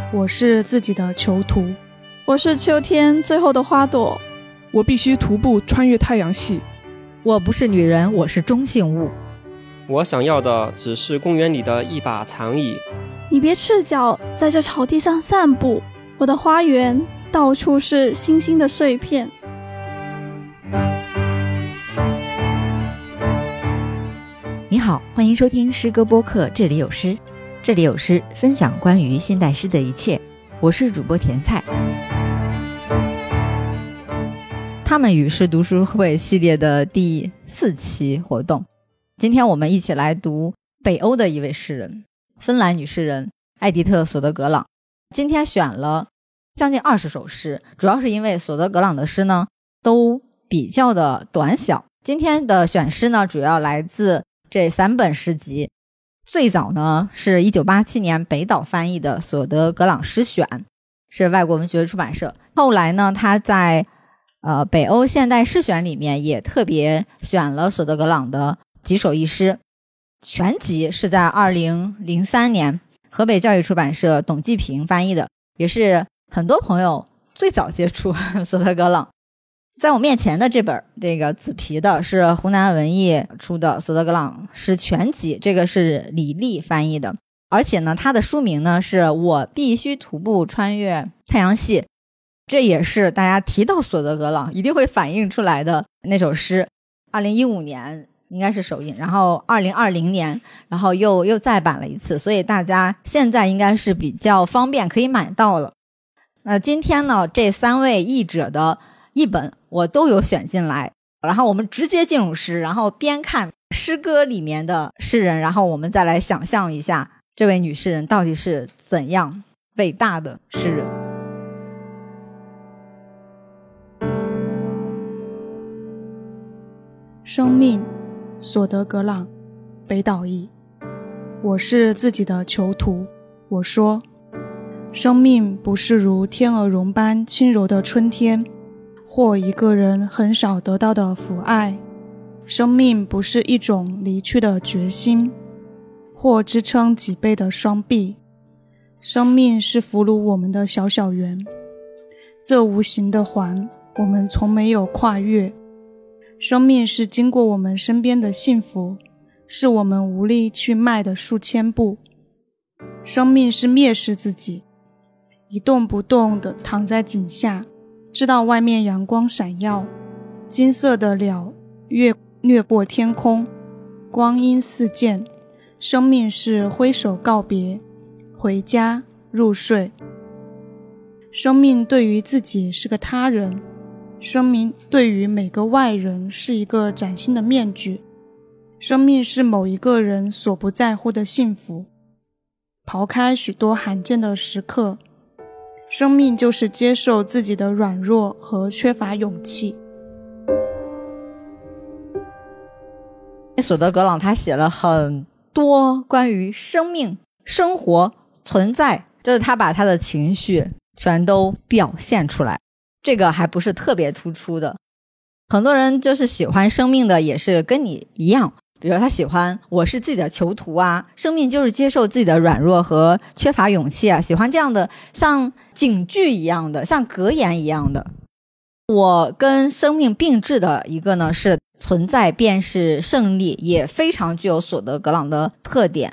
我是自己的囚徒。 我是秋天最后的花朵。 我必须徒步穿越太阳系。 我不是女人，我是中性物。 我想要的只是公园里的一把长椅。 你别赤脚在这草地上散步，我的花园到处是星星的碎片。 你好，欢迎收听诗歌播客，这里有诗，这里有诗，分享关于现代诗的一切。我是主播甜菜。他们与诗读书会系列的第4期活动，今天我们一起来读北欧的一位诗人，芬兰女诗人艾迪特·索德格朗。今天选了将近20首诗，主要是因为索德格朗的诗呢都比较的短小。今天的选诗呢主要来自这3本诗集，最早呢是1987年北岛翻译的《索德格朗诗选》，是外国文学出版社。后来呢他在北欧现代诗选里面也特别选了索德格朗的几首译诗。全集是在2003年河北教育出版社董继平翻译的，也是很多朋友最早接触索德格朗。在我面前的这本这个紫皮的是湖南文艺出的索德格朗诗全集，这个是李丽翻译的，而且呢它的书名呢是我必须徒步穿越太阳系，这也是大家提到索德格朗一定会反映出来的那首诗。2015年应该是首印，然后2020年然后又再版了一次，所以大家现在应该是比较方便可以买到了。那今天呢这3位译者的一本我都有选进来，然后我们直接进入诗，然后边看诗歌里面的诗人，然后我们再来想象一下这位女诗人到底是怎样伟大的诗人。 生命，索德格朗，北岛译。我是自己的囚徒。我说，生命不是如天鹅绒般轻柔的春天，或一个人很少得到的抚爱。生命不是一种离去的决心，或支撑脊背的双臂。生命是俘虏我们的小小圆，这无形的环我们从没有跨越。生命是经过我们身边的幸福，是我们无力去迈的数千步。生命是蔑视自己，一动不动地躺在井下，知道外面阳光闪耀，金色的鸟掠过天空，光阴似箭。生命是挥手告别，回家入睡。生命对于自己是个他人，生命对于每个外人是一个崭新的面具。生命是某一个人所不在乎的幸福。刨开许多罕见的时刻，生命就是接受自己的软弱和缺乏勇气。 索德格朗他写了很多关于生命、生活、存在，就是他把他的情绪全都表现出来，这个还不是特别突出的。很多人就是喜欢生命的也是跟你一样，比如他喜欢我是自己的囚徒啊，生命就是接受自己的软弱和缺乏勇气啊，喜欢这样的像警句一样的，像格言一样的。我跟生命并置的一个呢是存在便是胜利，也非常具有索德格朗的特点。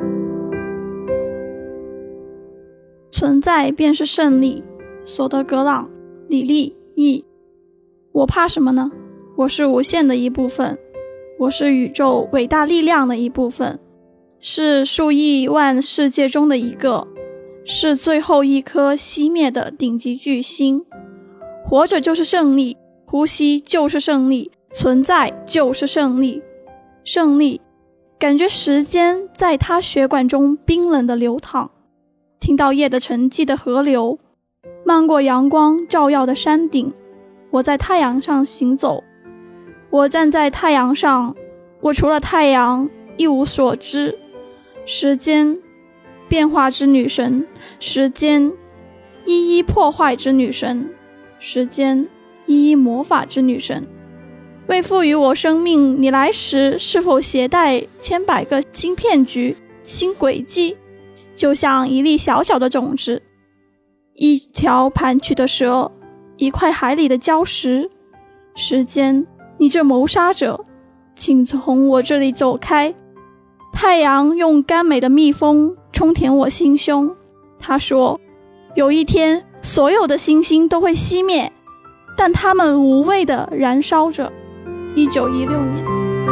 存在便是胜利，索德格朗，李丽译。我怕什么呢？我是无限的一部分，我是宇宙伟大力量的一部分，是数亿万世界中的一个，是最后一颗熄灭的顶级巨星。活着就是胜利，呼吸就是胜利，存在就是胜利。胜利，感觉时间在他血管中冰冷的流淌，听到夜的沉寂的河流，漫过阳光照耀的山顶。我在太阳上行走，我站在太阳上，我除了太阳一无所知。时间，变化之女神，时间，一一破坏之女神，时间，一一魔法之女神。为赋予我生命，你来时是否携带千百个新骗局、新轨迹？就像一粒小小的种子， 一条盘曲的蛇，一块海里的礁石。时间，你这谋杀者，请从我这里走开。太阳用甘美的蜜蜂充填我心胸。他说，有一天所有的星星都会熄灭，但它们无畏地燃烧着。1916年。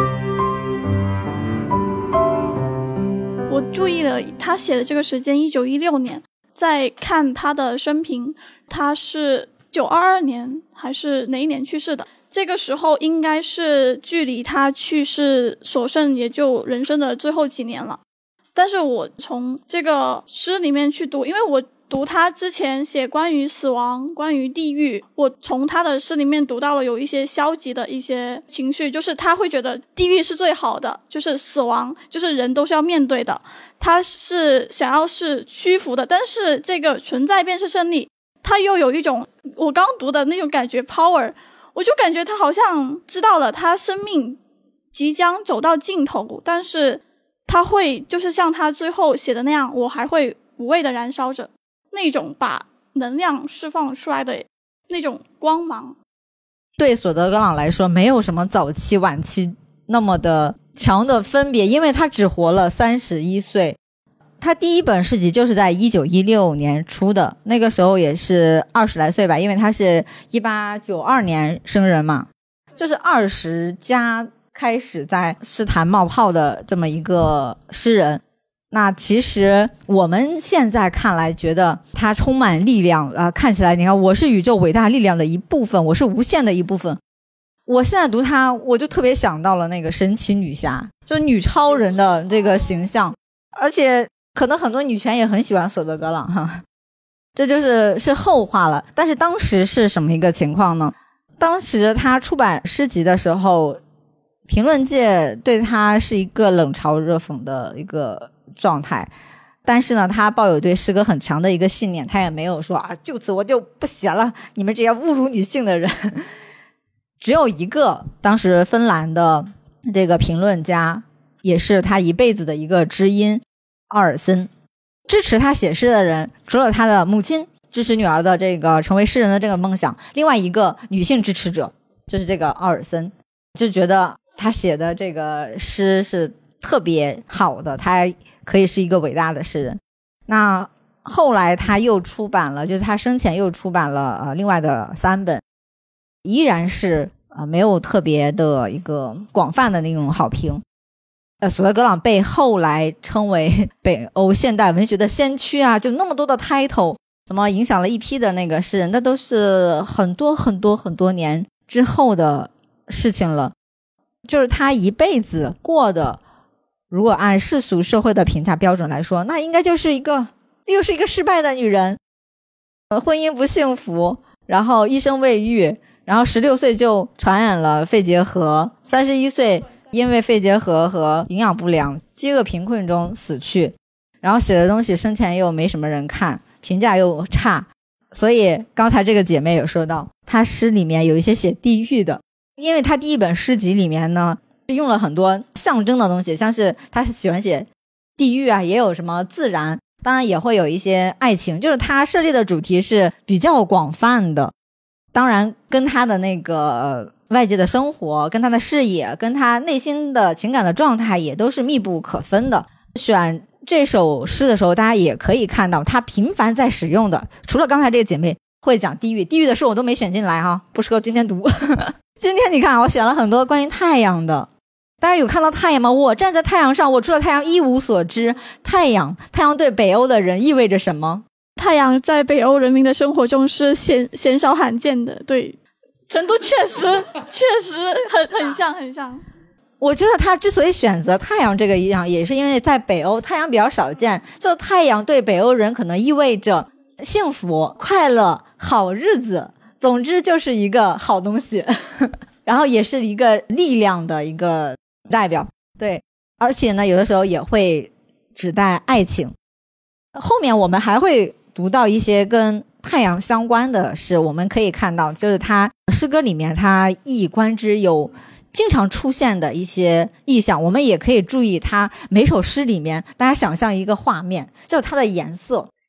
我注意了他写的这个时间1916年，在看他的生平，他是922年还是哪一年去世的，这个时候应该是距离他去世所剩也就人生的最后几年了。但是我从这个诗里面去读，因为我读他之前写关于死亡关于地狱，我从他的诗里面读到了有一些消极的一些情绪，就是他会觉得地狱是最好的，就是死亡就是人都是要面对的，他是想要是屈服的。但是这个存在便是胜利，他又有一种我刚读的那种感觉 power， 我就感觉他好像知道了他生命即将走到尽头，但是他会就是像他最后写的那样，我还会无畏的燃烧着，那种把能量释放出来的那种光芒。 对索德格朗来说，没有什么早期晚期那么的强的分别，因为他只活了31岁。他第一本诗集就是在1916年出的，那个时候也是20来岁吧，因为他是1892年生人嘛，就是20加开始在诗坛冒泡的这么一个诗人。那其实我们现在看来觉得他充满力量看起来你看我是宇宙伟大力量的一部分，我是无限的一部分。我现在读他我就特别想到了那个神奇女侠，就是女超人的这个形象，而且可能很多女权也很喜欢索德格朗哈，这是后话了。但是当时是什么一个情况呢？当时他出版诗集的时候，评论界对他是一个冷嘲热讽的一个状态，但是呢他抱有对诗歌很强的一个信念，他也没有说就此我就不写了，你们这些侮辱女性的人。只有一个当时芬兰的这个评论家，也是他一辈子的一个知音，奥尔森。支持他写诗的人除了他的母亲支持女儿的这个成为诗人的这个梦想，另外一个女性支持者就是这个奥尔森，就觉得他写的这个诗是特别好的，他可以是一个伟大的诗人。那后来他又出版了，就是他生前又出版了另外的3本，依然是没有特别的一个广泛的那种好评。索德格朗被后来称为北欧现代文学的先驱啊，就那么多的 title， 怎么影响了一批的那个诗人，那都是很多很多很多年之后的事情了。就是他一辈子过的，如果按世俗社会的评价标准来说，那应该又是一个失败的女人，婚姻不幸福，然后一生未育，然后16岁就传染了肺结核，31岁因为肺结核和营养不良饥饿贫困中死去，然后写的东西生前又没什么人看，评价又差。所以刚才这个姐妹有说到她诗里面有一些写地狱的，因为她第一本诗集里面呢用了很多象征的东西，像是她喜欢写地狱啊，也有什么自然，当然也会有一些爱情，就是她设立的主题是比较广泛的，当然跟她的那个外界的生活，跟她的视野，跟她内心的情感的状态也都是密不可分的。选这首诗的时候大家也可以看到她频繁在使用的，除了刚才这个姐妹会讲地狱的诗我都没选进来哈，不适合今天读。今天你看我选了很多关于太阳的，大家有看到太阳吗？我站在太阳上，我除了太阳一无所知。太阳对北欧的人意味着什么？ 太阳在北欧人民的生活中是鲜少罕见的，对，程度确实很像。 我觉得他之所以选择太阳这个一样，也是因为在北欧太阳比较少见，就太阳对北欧人可能意味着幸福、快乐、好日子，总之就是一个好东西。然后也是一个力量的一个代表，对，而且呢有的时候也会指代爱情。后面我们还会读到一些跟太阳相关的事，我们可以看到就是他诗歌里面他一以贯之有经常出现的一些意象，我们也可以注意他每首诗里面大家想象一个画面，就是它的颜色。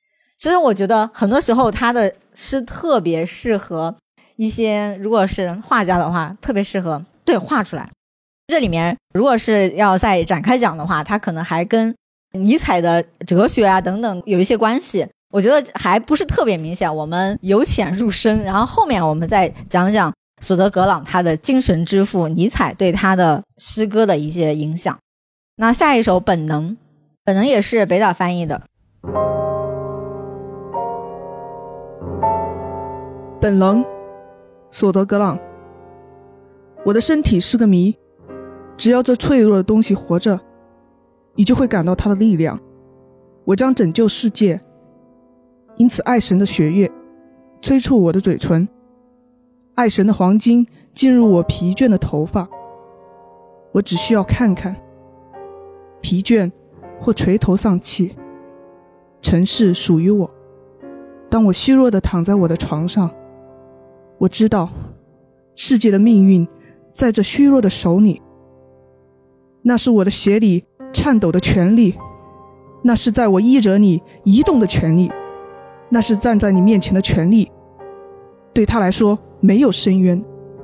所以我觉得很多时候他的诗特别适合一些，如果是画家的话特别适合画出来。这里面如果是要再展开讲的话，他可能还跟尼采的哲学啊等等有一些关系，我觉得还不是特别明显，我们由浅入深，然后后面我们再讲讲索德格朗他的精神之父尼采对他的诗歌的一些影响。那下一首本能也是北岛翻译的。 本能，索德格朗。我的身体是个谜，只要这脆弱的东西活着，你就会感到它的力量。我将拯救世界，因此爱神的血液催促我的嘴唇，爱神的黄金进入我疲倦的头发。我只需要看看，疲倦或垂头丧气，城市属于我。当我虚弱地躺在我的床上，我知道世界的命运在这虚弱的手里。那是我的鞋里颤抖的权利，那是在我衣褶里移动的权利，那是站在你面前的权利。对他来说没有深渊。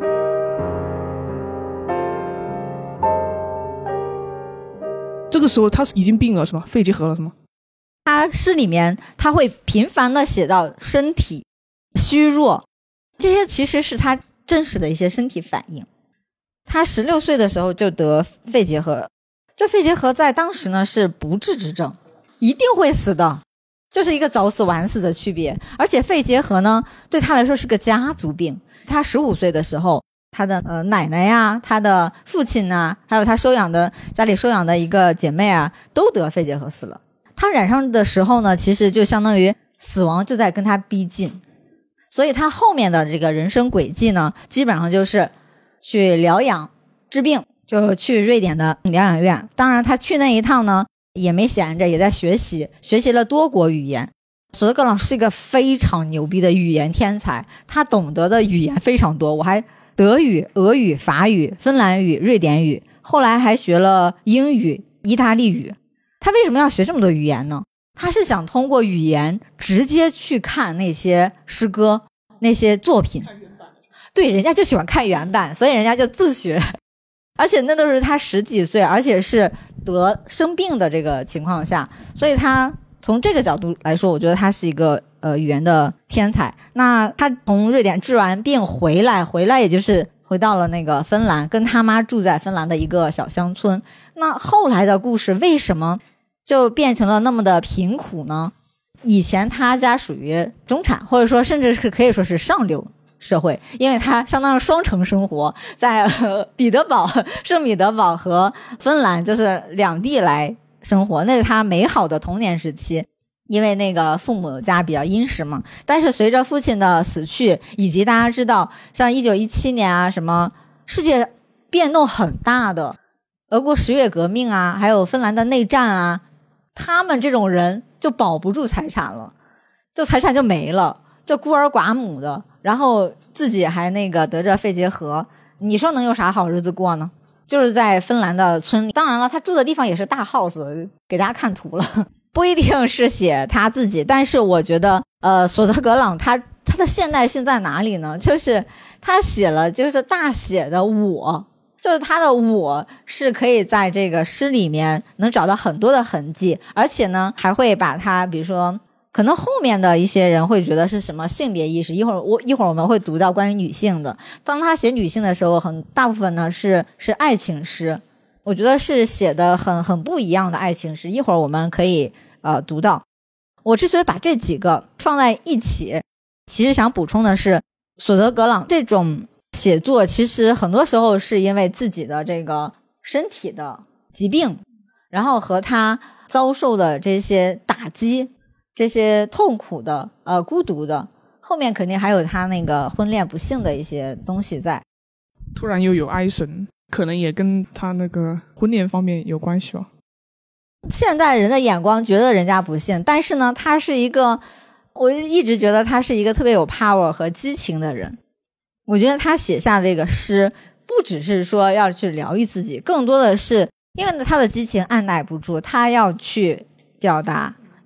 这个时候他已经病了是吗？肺结核了是吗？ 他诗里面他会频繁地写到身体虚弱，这些其实是他真实的一些身体反应。他16岁的时候就得肺结核，这肺结核在当时呢是不治之症，一定会死的，就是一个早死晚死的区别。而且肺结核呢对他来说是个家族病，他15岁的时候，他的奶奶呀，他的父亲啊，还有他家里收养的一个姐妹啊，都得肺结核死了。他染上的时候呢，其实就相当于死亡就在跟他逼近，所以他后面的这个人生轨迹呢，基本上就是去疗养治病，就去瑞典的疗养院。当然他去那一趟呢也没闲着，也在学习了多国语言。索德格朗是一个非常牛逼的语言天才，他懂得的语言非常多，我还德语、俄语、法语、芬兰语、瑞典语，后来还学了英语、意大利语。他为什么要学这么多语言呢？他是想通过语言直接去看那些诗歌、那些作品。对，人家就喜欢看原版，所以人家就自学。而且那都是他10几岁，而且是生病的这个情况下，所以他从这个角度来说，我觉得他是一个语言的天才。那他从瑞典治完病回来也就是回到了那个芬兰，跟他妈住在芬兰的一个小乡村。那后来的故事为什么就变成了那么的贫苦呢？以前他家属于中产，或者说甚至是可以说是上流社会，因为他相当于双城生活，在圣彼得堡和芬兰就是两地来生活，那是他美好的童年时期。因为那个父母家比较殷实嘛，但是随着父亲的死去，以及大家知道像1917年啊，什么世界变动很大的俄国10月革命啊，还有芬兰的内战啊，他们这种人就保不住财产了，就财产就没了，就孤儿寡母的，然后自己还得着肺结核，你说能有啥好日子过呢？就是在芬兰的村里，当然了，他住的地方也是大 house， 给大家看图了，不一定是写他自己，但是我觉得索德格朗他的现代性在哪里呢？就是他写了就是大写的我，就是他的我是可以在这个诗里面能找到很多的痕迹，而且呢还会把他比如说可能后面的一些人会觉得是什么性别意识，一会儿我们会读到关于女性的，当他写女性的时候，大部分呢是爱情诗，我觉得是写的很不一样的爱情诗，一会儿我们可以读到。我之所以把这几个放在一起，其实想补充的是，索德格朗这种写作其实很多时候是因为自己的这个身体的疾病，然后和他遭受的这些打击，这些痛苦的孤独的，后面肯定还有他那个婚恋不幸的一些东西在。 突然又有哀神，可能也跟他那个婚恋方面有关系吧。 现代人的眼光觉得人家不幸，但是呢他是一个，我一直觉得他是一个特别有 power 和激情的人。我觉得他写下这个诗不只是说要去疗愈自己，更多的是因为他的激情按耐不住，他要去表达，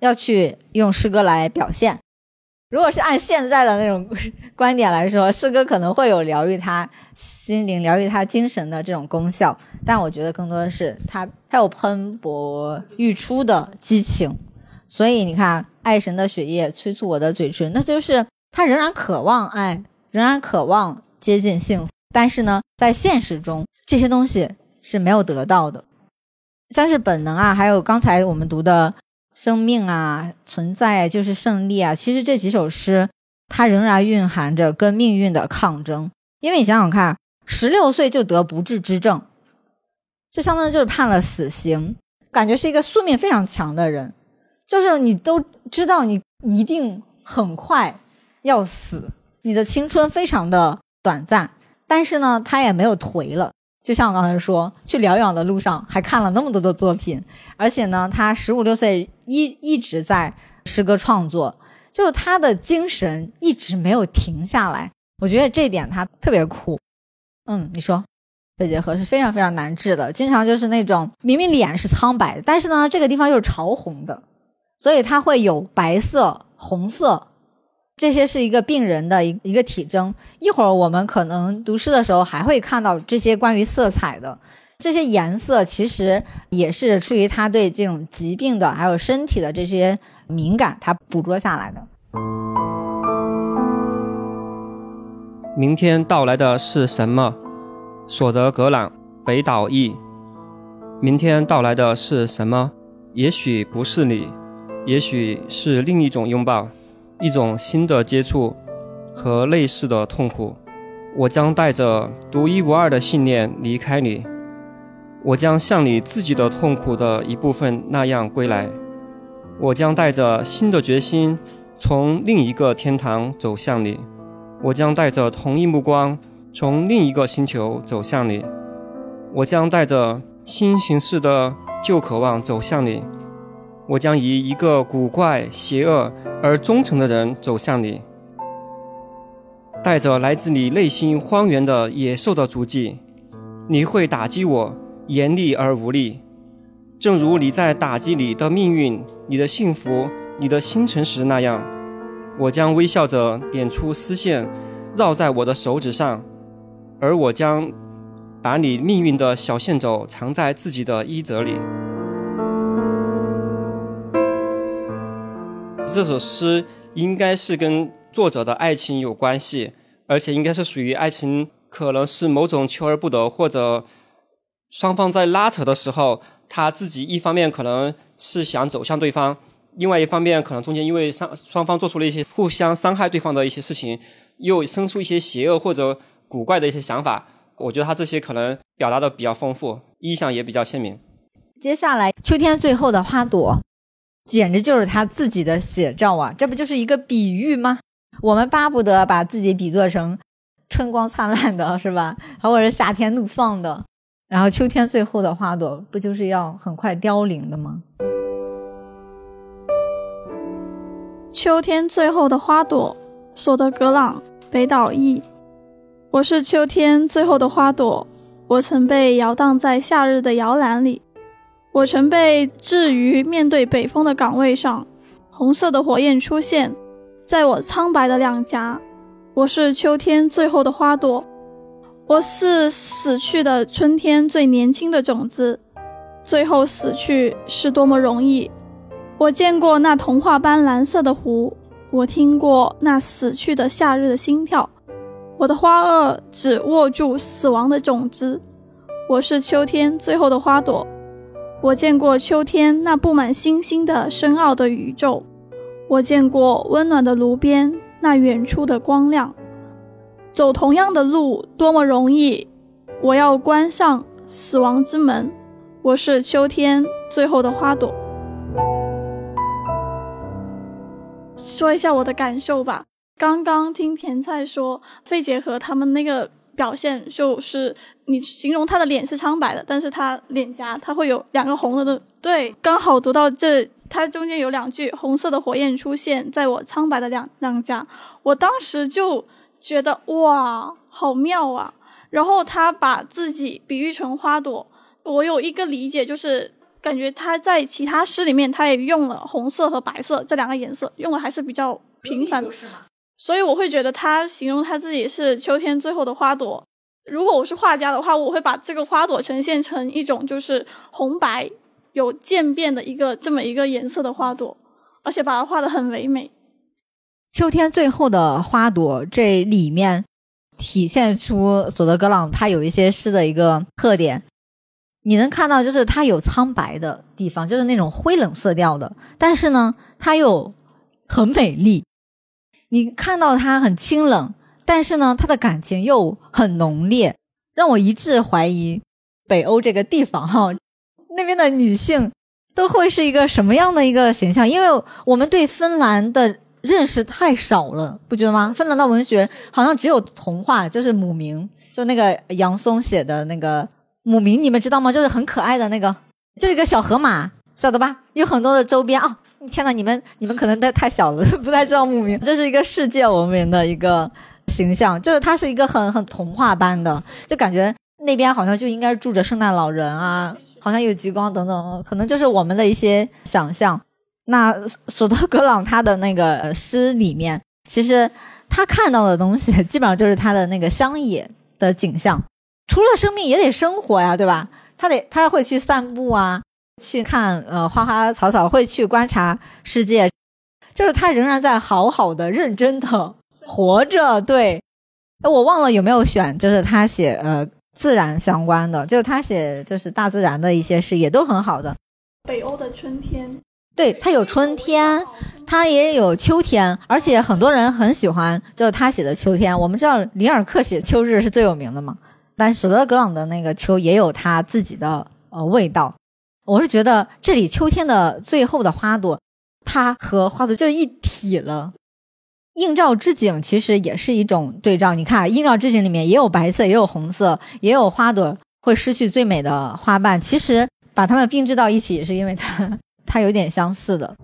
要去用诗歌来表现。如果是按现在的那种观点来说，诗歌可能会有疗愈他心灵、疗愈他精神的这种功效，但我觉得更多的是他有喷薄欲出的激情。所以你看，爱神的血液催促我的嘴唇，那就是他仍然渴望爱，仍然渴望接近幸福，但是呢，在现实中这些东西是没有得到的。像是本能啊，还有刚才我们读的生命啊，存在就是胜利啊，其实这几首诗它仍然蕴含着跟命运的抗争。因为你想想看，16岁就得不治之症，这相当于就是判了死刑，感觉是一个宿命非常强的人，就是你都知道你一定很快要死，你的青春非常的短暂，但是呢他也没有颓了。就像我刚才说，去疗养的路上还看了那么多的作品，而且呢他15、16岁一直在诗歌创作，就是他的精神一直没有停下来。我觉得这点他特别酷。你说肺结核是非常非常难治的，经常就是那种明明脸是苍白的，但是呢这个地方又是潮红的，所以它会有白色、红色，这些是一个病人的一个体征。一会儿我们可能读诗的时候还会看到这些关于色彩的，这些颜色其实也是出于他对这种疾病的还有身体的这些敏感，他捕捉下来的。 明天到来的是什么？索德格朗，北岛译。明天到来的是什么？也许不是你，也许是另一种拥抱，一种新的接触和类似的痛苦。我将带着独一无二的信念离开你，我将像你自己的痛苦的一部分那样归来，我将带着新的决心从另一个天堂走向你，我将带着同一目光从另一个星球走向你，我将带着新形式的旧渴望走向你，我将以一个古怪、邪恶而忠诚的人走向你，带着来自你内心荒原的野兽的足迹。你会打击我，严厉而无力，正如你在打击你的命运、你的幸福、你的星辰时那样。我将微笑着点出丝线，绕在我的手指上，而我将把你命运的小线轴藏在自己的衣褶里。这首诗应该是跟作者的爱情有关系，而且应该是属于爱情，可能是某种求而不得，或者双方在拉扯的时候，他自己一方面可能是想走向对方，另外一方面可能中间因为双方做出了一些互相伤害对方的一些事情，又生出一些邪恶或者古怪的一些想法。我觉得他这些可能表达的比较丰富，意象也比较鲜明。 接下来秋天最后的花朵简直就是他自己的写照啊，这不就是一个比喻吗？我们巴不得把自己比作成春光灿烂的，是吧？或者是夏天怒放的，然后秋天最后的花朵不就是要很快凋零的吗？ 秋天最后的花朵，索德格朗，北岛译。我是秋天最后的花朵，我曾被摇荡在夏日的摇篮里，我曾被置于面对北风的岗位上，红色的火焰出现在我苍白的两颊。我是秋天最后的花朵，我是死去的春天最年轻的种子，最后死去是多么容易。我见过那童话般蓝色的湖，我听过那死去的夏日的心跳，我的花萼只握住死亡的种子。我是秋天最后的花朵，我见过秋天那布满星星的深奥的宇宙，我见过温暖的炉边那远处的光亮。走同样的路多么容易，我要关上死亡之门。我是秋天最后的花朵。说一下我的感受吧。刚刚听甜菜说肺结核他们那个表现，就是你形容他的脸是苍白的，但是他脸颊他会有两个红的，对，刚好读到这，它中间有两句红色的火焰出现在我苍白的两颊，我当时就觉得哇好妙啊。然后他把自己比喻成花朵，我有一个理解，就是感觉他在其他诗里面他也用了红色和白色这两个颜色，用的还是比较频繁，所以我会觉得他形容他自己是秋天最后的花朵。如果我是画家的话，我会把这个花朵呈现成一种就是红白有渐变的这么一个颜色的花朵，而且把它画得很唯美。 秋天最后的花朵这里面体现出索德格朗他有一些诗的一个特点，你能看到就是它有苍白的地方，就是那种灰冷色调的，但是呢它又很美丽。你看到它很清冷，但是呢它的感情又很浓烈，让我一致怀疑北欧这个地方那边的女性都会是一个什么样的一个形象。因为我们对芬兰的认识太少了，不觉得吗？芬兰的文学好像只有童话，就是母明，就那个杨松写的那个母明，你们知道吗？就是很可爱的那个，就是一个小河马，晓得吧？有很多的周边哦。天哪，你们可能太小了，不太知道母明，这是一个世界闻名的一个形象，就是它是一个很童话般的，就感觉那边好像就应该住着圣诞老人啊，好像有极光等等，可能就是我们的一些想象。那索德格朗他的那个诗里面，其实他看到的东西基本上就是他的那个乡野的景象。除了生命也得生活呀，对吧？他会去散步啊，去看花花草草，会去观察世界，就是他仍然在好好的认真的活着。对，我忘了有没有选，就是他写自然相关的，就是他写就是大自然的一些诗也都很好的。 北欧的春天， 对，它有春天，它也有秋天，而且很多人很喜欢就是他写的秋天。我们知道里尔克写秋日是最有名的嘛，但是索德格朗的那个秋也有他自己的味道。我是觉得这里秋天的最后的花朵，它和花朵就一体了。映照之景其实也是一种对照，你看映照之景里面也有白色，也有红色，也有花朵会失去最美的花瓣，其实把它们并置到一起也是因为它有点相似的。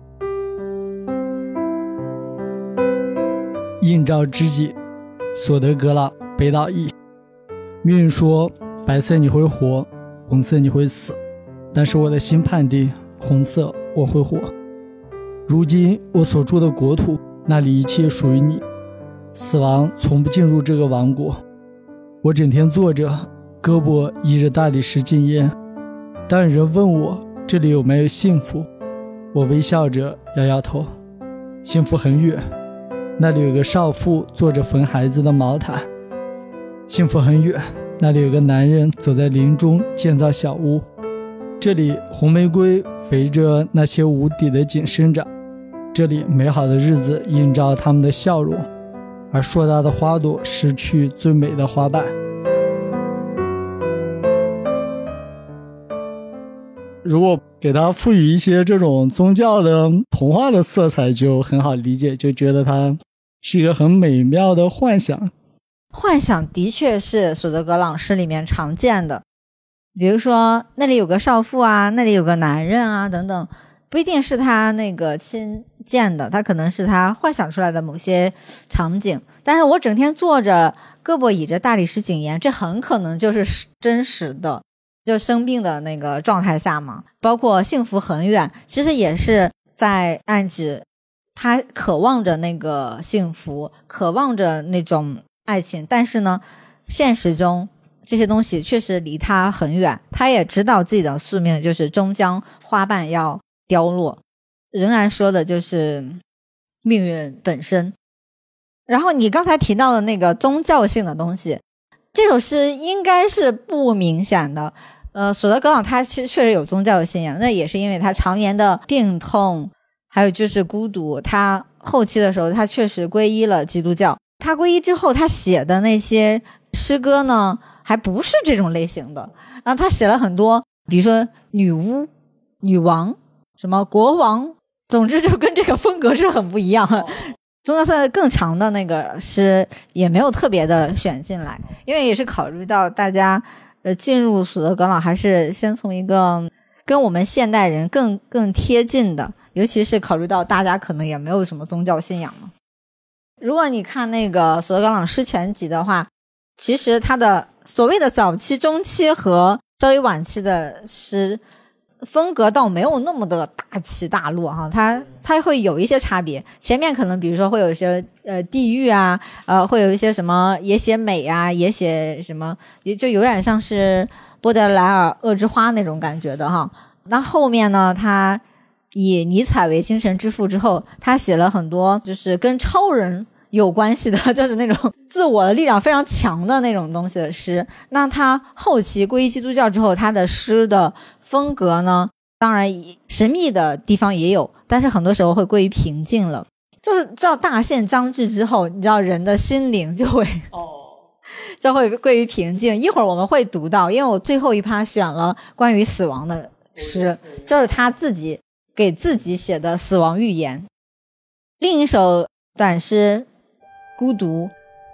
映照之景，索德格朗，北岛译。命运说白色你会活，红色你会死，但是我的心判定红色我会活。如今我所住的国土，那里一切属于你，死亡从不进入这个王国。我整天坐着，胳膊依着大理石禁烟。当有人问我这里有没有幸福，我微笑着摇摇头。幸福很远，那里有个少妇坐着缝孩子的毛毯。幸福很远，那里有个男人走在林中建造小屋。这里红玫瑰围着那些无底的井生长，这里美好的日子映照他们的笑容，而硕大的花朵失去最美的花瓣。如果给它赋予一些这种宗教的童话的色彩，就很好理解，就觉得它是一个很美妙的幻想。 幻想的确是索德格朗诗里面常见的，比如说那里有个少妇啊，那里有个男人啊等等，不一定是他那个亲见的，他可能是他幻想出来的某些场景。但是我整天坐着胳膊倚着大理石井沿，这很可能就是真实的，就生病的那个状态下嘛。包括幸福很远，其实也是在暗指他渴望着那个幸福，渴望着那种爱情，但是呢现实中这些东西确实离他很远，他也知道自己的宿命就是终将花瓣要凋落，仍然说的就是命运本身。然后你刚才提到的那个宗教性的东西，这首诗应该是不明显的。索德格朗他确实有宗教信仰，那也是因为他常年的病痛，还有就是孤独，他后期的时候他确实皈依了基督教。他皈依之后他写的那些诗歌呢还不是这种类型的，然后他写了很多比如说女巫、女王、什么国王，总之就跟这个风格是很不一样的。宗教色更强的那个诗也没有特别的选进来，因为也是考虑到大家进入索德格朗还是先从一个跟我们现代人更贴近的，尤其是考虑到大家可能也没有什么宗教信仰嘛。如果你看那个索德格朗诗全集的话，其实他的所谓的早期、中期和稍微晚期的诗风格倒没有那么的大起大落哈，它会有一些差别。前面可能比如说会有一些地狱啊，会有一些什么也写美啊，也写什么，也就有点像是波德莱尔《恶之花》那种感觉的哈。那后面呢，他以尼采为精神之父之后，他写了很多就是跟超人有关系的，就是那种自我的力量非常强的那种东西的诗。那他后期皈依基督教之后，他的诗的风格呢，当然神秘的地方也有，但是很多时候会归于平静了。就是知道大限将至之后，你知道人的心灵就会归于平静。一会儿我们会读到，因为我最后一趴选了关于死亡的诗，就是他自己给自己写的死亡预言。另一首短诗孤独。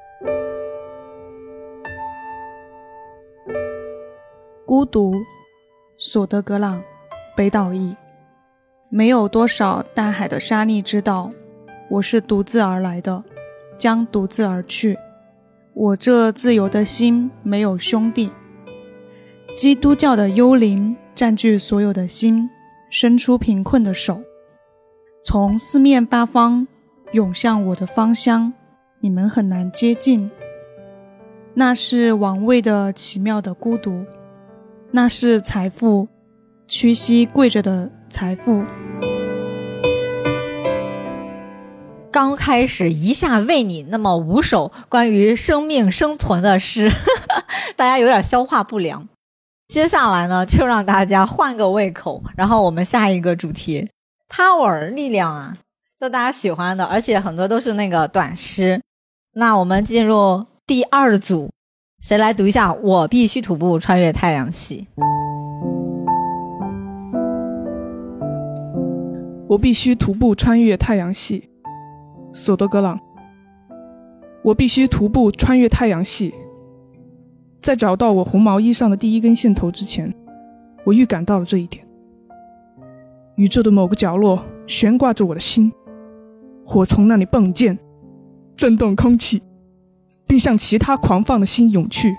孤独，索德格朗，北岛译。没有多少大海的沙砾知道，我是独自而来的，将独自而去。我这自由的心没有兄弟。基督教的幽灵占据所有的心，伸出贫困的手，从四面八方涌向我的芳香，你们很难接近。那是王位的奇妙的孤独，那是财富，屈膝跪着的财富。 刚开始一下为你那么5首关于生命生存的诗大家有点消化不良。接下来呢，就让大家换个胃口，然后我们下一个主题 Power 力量啊，就大家喜欢的，而且很多都是那个短诗。那我们进入第2组，谁来读一下我必须徒步穿越太阳系？ 我必须徒步穿越太阳系，索德格朗。我必须徒步穿越太阳系，在找到我红毛衣上的第一根线头之前，我预感到了这一点。宇宙的某个角落悬挂着我的心，火从那里迸溅，震动空气，并向其他狂放的心涌去。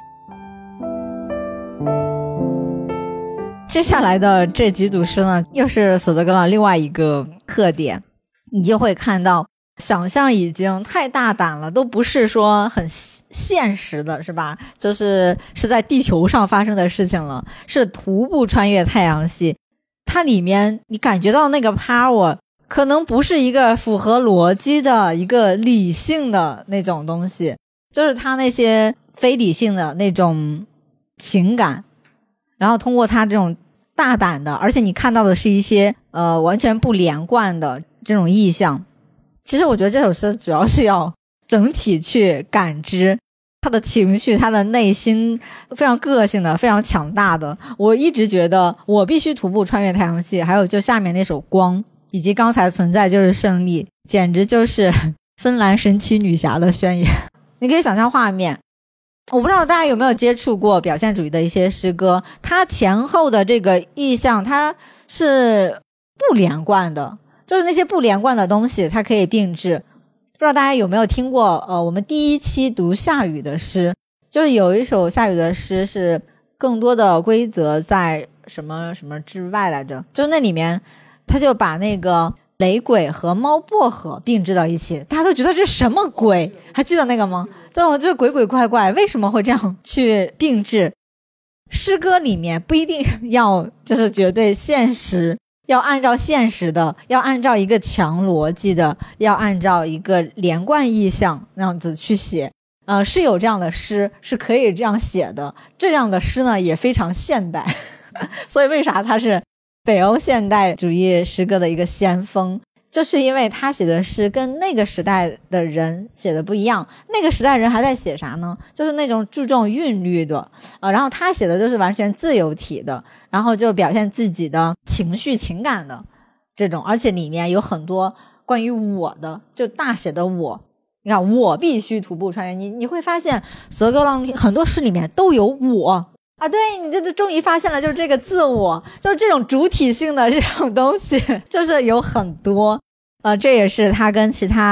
接下来的这几组诗呢，又是索德格朗另外一个特点，你就会看到想象已经太大胆了，都不是说很现实的，是吧？是在地球上发生的事情了，是徒步穿越太阳系。它里面你感觉到那个 power 可能不是一个符合逻辑的一个理性的那种东西，就是它那些非理性的那种情感，然后通过它这种大胆的，而且你看到的是一些完全不连贯的这种意象。其实我觉得这首诗主要是要整体去感知他的情绪，他的内心非常个性的，非常强大的。我一直觉得我必须徒步穿越太阳系，还有就下面那首光，以及刚才存在就是胜利，简直就是芬兰神奇女侠的宣言。你可以想象画面，我不知道大家有没有接触过表现主义的一些诗歌，它前后的这个意象它是不连贯的，就是那些不连贯的东西它可以并置。不知道大家有没有听过我们第1期读夏雨的诗，就是有一首夏雨的诗是更多的规则在什么什么之外来着，就那里面他就把那个雷鬼和猫薄荷并置到一起，大家都觉得这是什么鬼，还记得那个吗？对，我就鬼鬼怪怪，为什么会这样去并置？诗歌里面不一定要就是绝对现实，要按照现实的，要按照一个强逻辑的，要按照一个连贯意象那样子去写。是有这样的诗是可以这样写的，这样的诗呢也非常现代所以为啥它是北欧现代主义诗歌的一个先锋，就是因为他写的诗跟那个时代的人写的不一样。那个时代人还在写啥呢？就是那种注重韵律的，然后他写的就是完全自由体的，然后就表现自己的情绪情感的这种，而且里面有很多关于我的，就大写的我。你看，我必须徒步穿越，你会发现索德格朗很多诗里面都有我啊，对，你就终于发现了，就是这个自我，就是这种主体性的这种东西，就是有很多。这也是他跟其他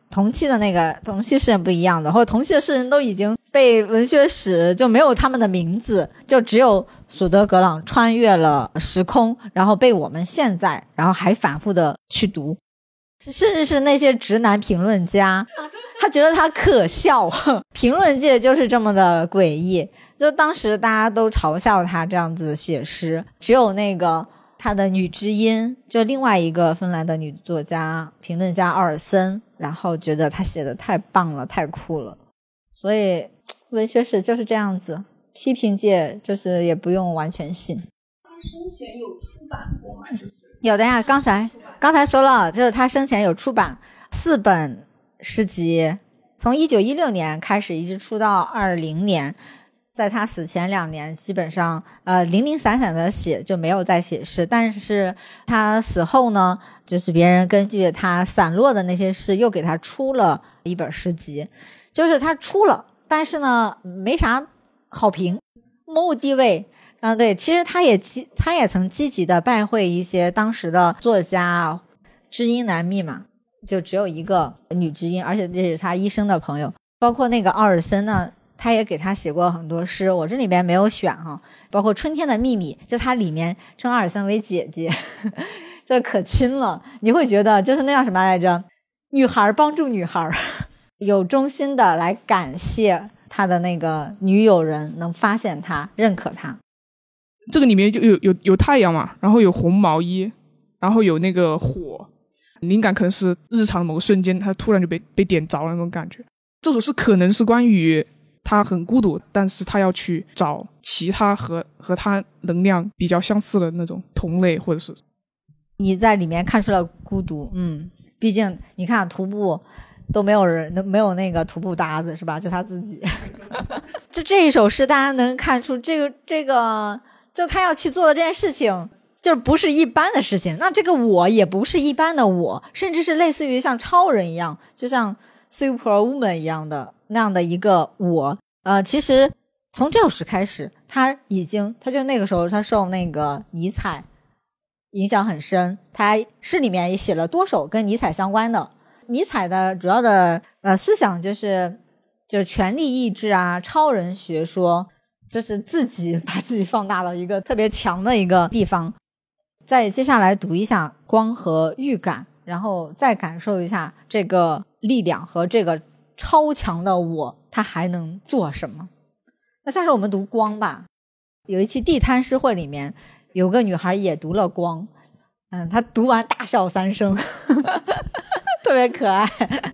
同期的那个同期诗人不一样的，或者同期的诗人都已经被文学史就没有他们的名字，就只有索德格朗穿越了时空，然后被我们现在然后还反复的去读，甚至是那些直男评论家他觉得他可笑，评论界就是这么的诡异，就当时大家都嘲笑他这样子写诗，只有那个他的女知音，就另外一个芬兰的女作家评论家奥尔森，然后觉得他写的太棒了，太酷了。所以文学史就是这样子，批评界就是也不用完全信。 他生前有出版过吗？ 有的呀，刚才说了，就是他生前有出版4本诗集，从1916年开始一直出到20年，在他死前2年基本上零零散散的写，就没有再写诗。但是他死后呢，就是别人根据他散落的那些诗又给他出了一本诗集，就是他出了，但是呢没啥好评，没有地位。对，其实他也曾积极的拜会一些当时的作家，知音难觅嘛，就只有一个女知音，而且这是他一生的朋友。包括那个奥尔森呢，他也给他写过很多诗，我这里边没有选哈，包括春天的秘密，就他里面称奥尔森为姐姐这可亲了，你会觉得就是那叫什么来着，女孩帮助女孩，有衷心的来感谢他的那个女友人能发现他，认可他。 这个里面就有太阳嘛，然后有红毛衣，然后有那个火，灵感可能是日常的某个瞬间他突然就被点着了那种感觉。这首诗可能是关于他很孤独，但是他要去找其他和他能量比较相似的那种同类，或者是你在里面看出了孤独。毕竟你看徒步都没有人，没有那个徒步搭子是吧，就他自己就这一首诗大家能看出这个就他要去做的这件事情就不是一般的事情，那这个我也不是一般的我，甚至是类似于像超人一样，就像 Superwoman 一样的那样的一个我。其实从这首诗开始，他就那个时候他受那个尼采影响很深，他诗里面也写了多首跟尼采相关的。尼采的主要的思想就是权力意志啊，超人学说，就是把自己放大了一个特别强的一个地方。再接下来读一下光和预感，然后再感受一下这个力量和这个超强的我他还能做什么。那下面我们读光吧。有一期地摊诗会里面有个女孩也读了光，她读完大笑3声特别可爱。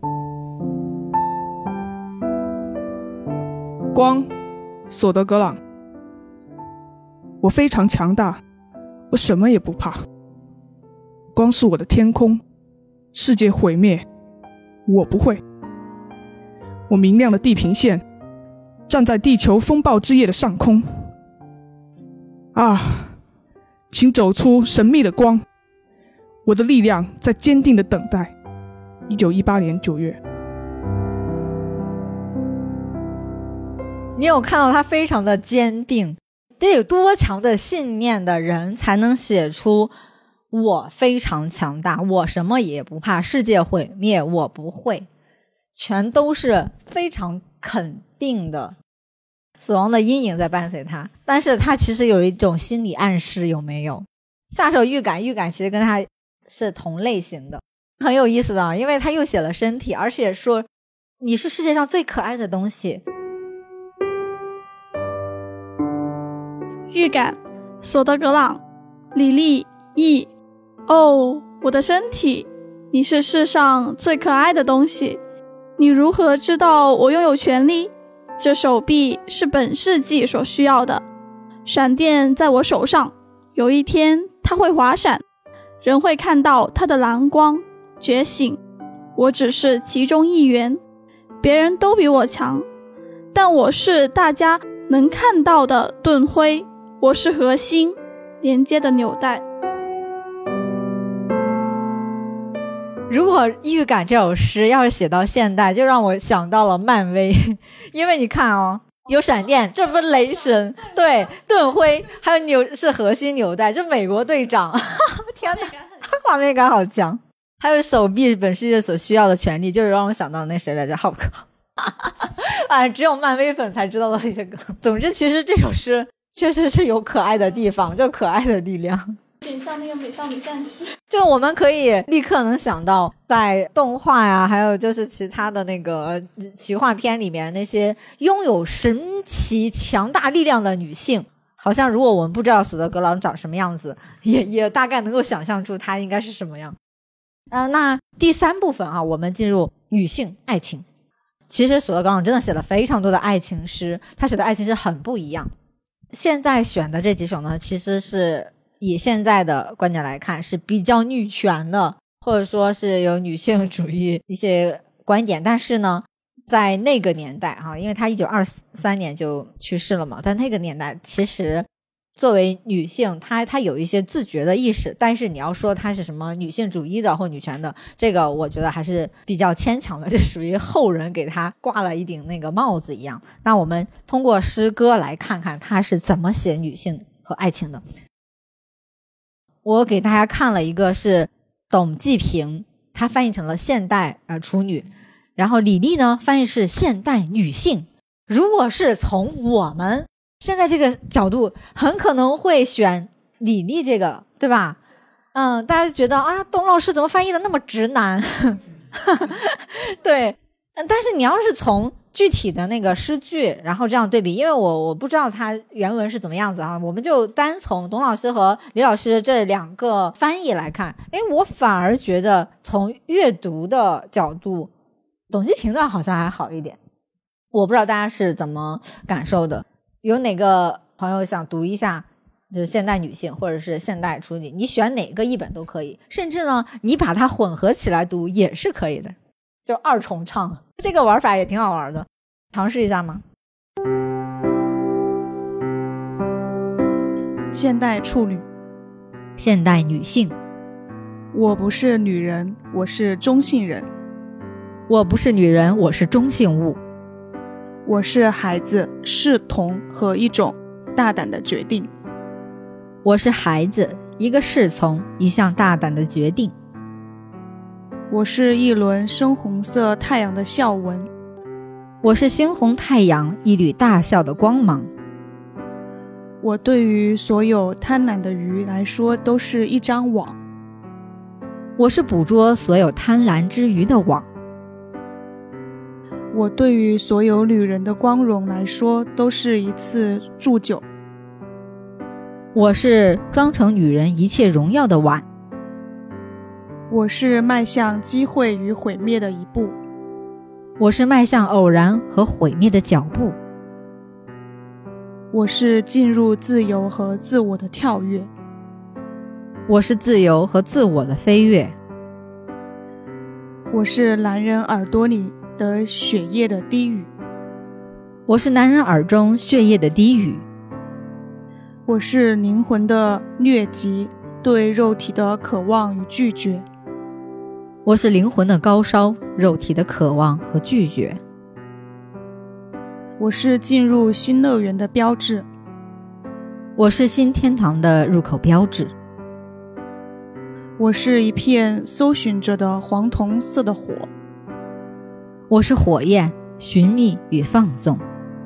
光，索德格朗。我非常强大，我什么也不怕。光是我的天空，世界毁灭，我不会。我明亮的地平线，站在地球风暴之夜的上空。请走出神秘的光，我的力量在坚定的等待。1918年9月。 你有看到他非常的坚定，得有多强的信念的人才能写出我非常强大，我什么也不怕，世界毁灭我不会，全都是非常肯定的。死亡的阴影在伴随他，但是他其实有一种心理暗示，有没有？下首预感其实跟他是同类型的，很有意思的，因为他又写了身体，而且说你是世界上最可爱的东西。 预感，索德格朗，李丽译。哦，我的身体，你是世上最可爱的东西。你如何知道我拥有权利？这手臂是本世纪所需要的。闪电在我手上，有一天它会滑闪，人会看到它的蓝光，觉醒。我只是其中一员，别人都比我强，但我是大家能看到的盾徽，我是核心，连接的纽带。 如果预感这首诗要是写到现代，就让我想到了漫威，因为你看哦，有闪电，这不是雷神，对，盾徽，还有是核心纽带，这美国队长天哪，画面感好强。 还有手臂本世界所需要的权利，就是让我想到那谁来着，浩克。只有漫威粉才知道的一些梗。总之其实这首诗确实是有可爱的地方，就可爱的力量， 有点像那个美少女战士。 就我们可以立刻能想到在动画呀，还有就是其他的那个奇幻片里面那些拥有神奇强大力量的女性，好像如果我们不知道索德格朗长什么样子，也大概能够想象出她应该是什么样。那第3部分我们进入女性爱情。其实索德格朗真的写了非常多的爱情诗，他写的爱情诗很不一样。现在选的这几首呢，其实是以现在的观点来看是比较女权的，或者说是有女性主义一些观点，但是呢在那个年代因为他1923年就去世了嘛，但那个年代其实作为女性她有一些自觉的意识，但是你要说她是什么女性主义的或女权的，这个我觉得还是比较牵强的，就属于后人给她挂了一顶那个帽子一样。那我们通过诗歌来看看她是怎么写女性和爱情的。我给大家看了一个是董继平，他翻译成了现代处女，然后李丽呢翻译是现代女性。如果是从我们现在这个角度，很可能会选李丽这个，对吧？大家就觉得董老师怎么翻译的那么直男？对，但是你要是从具体的那个诗句，然后这样对比，因为我不知道它原文是怎么样子我们就单从董老师和李老师这2个翻译来看，我反而觉得从阅读的角度，董继平的好像还好一点。我不知道大家是怎么感受的。有哪个朋友想读一下就是现代女性或者是现代处女，你选哪个译本都可以，甚至呢你把它混合起来读也是可以的，就2重唱，这个玩法也挺好玩的，尝试一下吗？ 现代处女， 现代女性， 我不是女人，我是中性人。 我不是女人，我是中性物。 我是孩子，是童和一种大胆的决定。 我是孩子，一个侍从，一项大胆的决定。 我是一轮深红色太阳的笑纹。 我是猩红太阳，一缕大笑的光芒。 我对于所有贪婪的鱼来说都是一张网。 我是捕捉所有贪婪之鱼的网。 我对于所有女人的光荣来说都是一次祝酒。 我是装成女人一切荣耀的碗。 我是迈向机会与毁灭的一步。 我是迈向偶然和毁灭的脚步。 我是进入自由和自我的跳跃。 我是自由和自我的飞跃。 我是男人耳朵里的血液的低语。 我是男人耳中血液的低语。 我是灵魂的疟疾，对肉体的渴望与拒绝。 我是灵魂的高烧，肉体的渴望和拒绝。 我是进入新乐园的标志。 我是新天堂的入口标志。 我是一片搜寻着的黄铜色的火。 我是火焰，寻觅与放纵。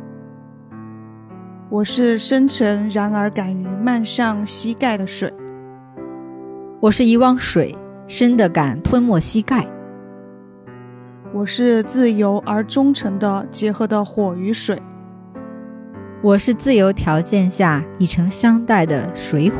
我是深沉然而敢于漫上膝盖的水。 我是一汪水，深得敢吞没膝盖。 我是自由而忠诚的结合的火与水。 我是自由条件下已成相待的水火。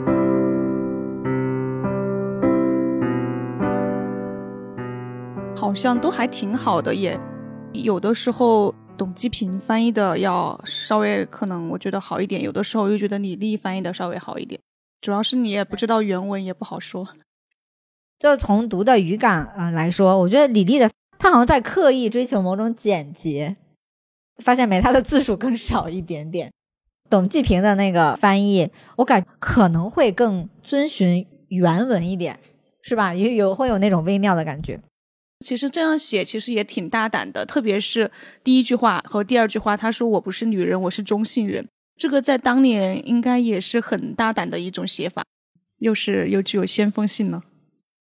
好像都还挺好的耶，有的时候董继平翻译的要稍微可能我觉得好一点，有的时候又觉得李丽翻译的稍微好一点，主要是你也不知道原文，也不好说。 就从读的语感来说，我觉得李丽的她好像在刻意追求某种简洁，发现没，她的字数更少一点点。董继平的那个翻译我感觉可能会更遵循原文一点，是吧？会有那种微妙的感觉。 其实这样写其实也挺大胆的，特别是第一句话和第二句话，他说我不是女人，我是中性人，这个在当年应该也是很大胆的一种写法，又具有先锋性了。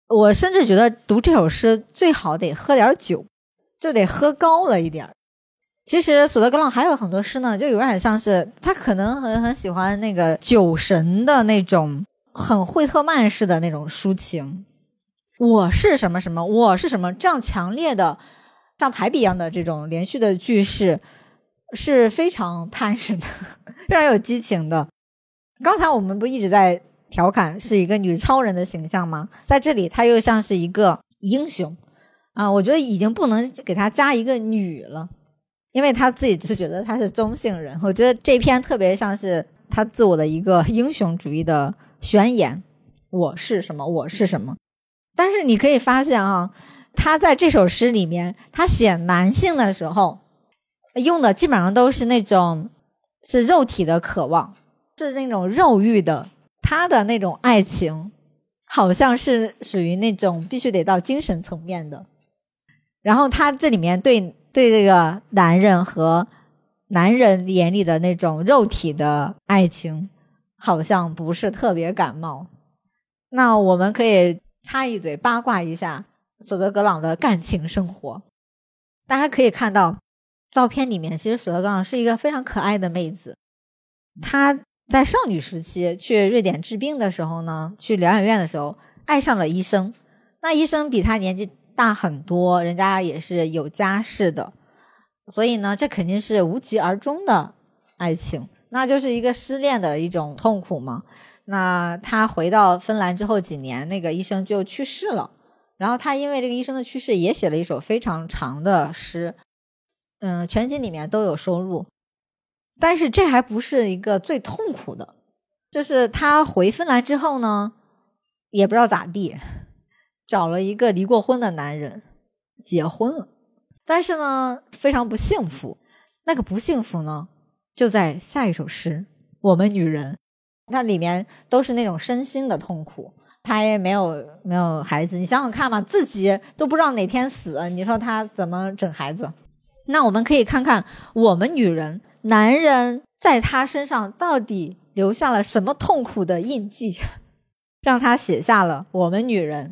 我甚至觉得读这首诗最好得喝点酒，就得喝高了一点。其实索德格朗还有很多诗呢，就有点像是他可能很喜欢那个酒神的那种很惠特曼式的那种抒情，我是什么什么，我是什么，这样强烈的像排比一样的这种连续的句式是非常潘实的，非常有激情的。刚才我们不一直在调侃是一个女超人的形象吗？在这里她又像是一个英雄啊，我觉得已经不能给她加一个女了，因为她自己只是觉得她是中性人。我觉得这篇特别像是她自我的一个英雄主义的宣言，我是什么，我是什么。但是你可以发现啊，她在这首诗里面她写男性的时候用的基本上都是那种是肉体的渴望，是那种肉欲的，他的那种爱情好像是属于那种必须得到精神层面的。然后他这里面对这个男人和男人眼里的那种肉体的爱情好像不是特别感冒。那我们可以插一嘴八卦一下索德格朗的感情生活。大家可以看到照片里面，其实索德格朗是一个非常可爱的妹子。她在少女时期去瑞典治病的时候呢，去疗养院的时候爱上了医生。那医生比她年纪大很多，人家也是有家室的，所以呢这肯定是无疾而终的爱情，那就是一个失恋的一种痛苦嘛。那她回到芬兰之后几年，那个医生就去世了，然后她因为这个医生的去世也写了一首非常长的诗，全集里面都有收录。但是这还不是一个最痛苦的，就是她回芬兰之后呢，也不知道咋地，找了一个离过婚的男人结婚了，但是呢非常不幸福。那个不幸福呢就在下一首诗我们女人，它里面都是那种身心的痛苦。她也没有孩子，你想想看嘛，自己都不知道哪天死，你说她怎么整孩子？那我们可以看看我们女人，男人在她身上到底留下了什么痛苦的印记，让她写下了我们女人。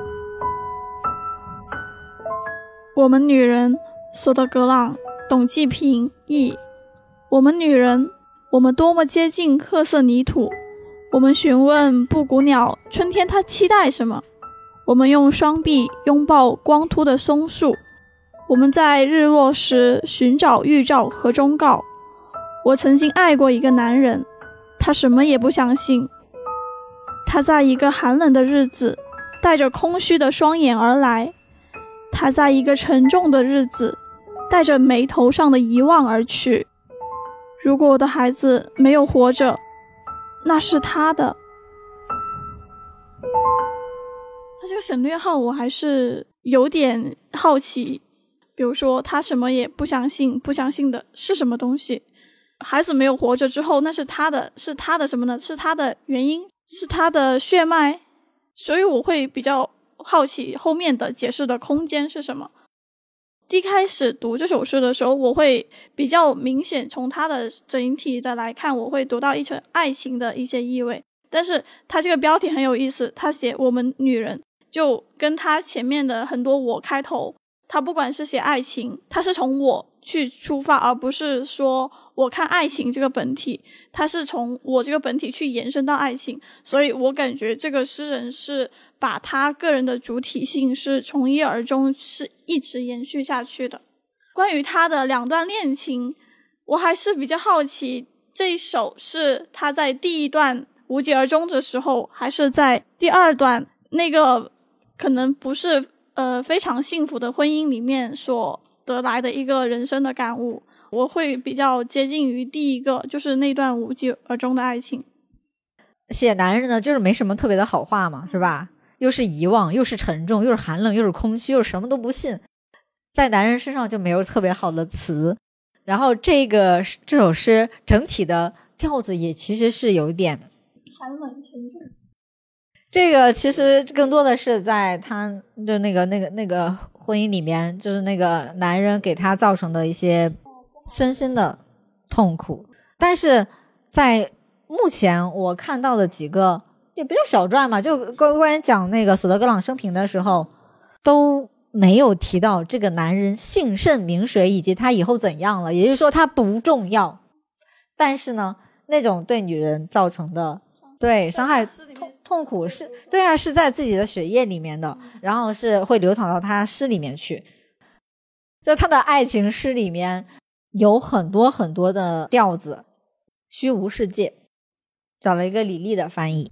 我们女人，索德格朗、董继平译。我们女人，我们多么接近褐色泥土。我们询问布谷鸟春天它期待什么。我们用双臂拥抱光秃的松树。我们在日落时寻找预兆和忠告。我曾经爱过一个男人，他什么也不相信。他在一个寒冷的日子带着空虚的双眼而来，他在一个沉重的日子带着眉头上的遗忘而去。如果我的孩子没有活着，那是他的。他这个省略号我还是有点好奇，比如说他什么也不相信，不相信的是什么东西？孩子没有活着之后，那是他的，是他的什么呢？是他的原因，是他的血脉。所以我会比较好奇后面的解释的空间是什么。一开始读这首诗的时候，我会比较明显从它的整体的来看，我会读到一些爱情的一些意味。但是它这个标题很有意思，它写我们女人，就跟它前面的很多我开头，它不管是写爱情，它是从我去出发，而不是说我看爱情这个本体，它是从我这个本体去延伸到爱情。所以我感觉这个诗人是把他个人的主体性是从一而终，是一直延续下去的。关于他的两段恋情，我还是比较好奇，这一首是他在第一段无疾而终的时候，还是在第二段那个可能不是非常幸福的婚姻里面所得来的一个人生的感悟。我会比较接近于第一个，就是那段无疾而终的爱情。 写男人呢就是没什么特别的好话嘛，是吧？又是遗忘，又是沉重，又是寒冷，又是空虚，又是什么都不信，在男人身上就没有特别好的词。然后这首诗整体的调子也其实是有点寒冷沉重。 这个其实更多的是在他的那个婚姻里面，就是那个男人给他造成的一些身心的痛苦。但是在目前我看到的几个也不叫小传嘛，就关于讲那个索德格朗生平的时候都没有提到这个男人姓甚名谁以及他以后怎样了，也就是说他不重要，但是呢那种对女人造成的对伤害痛苦是对啊，是在自己的血液里面的，然后是会流淌到他诗里面去。就他的爱情诗里面有很多很多的调子。虚无世界找了一个李丽的翻译。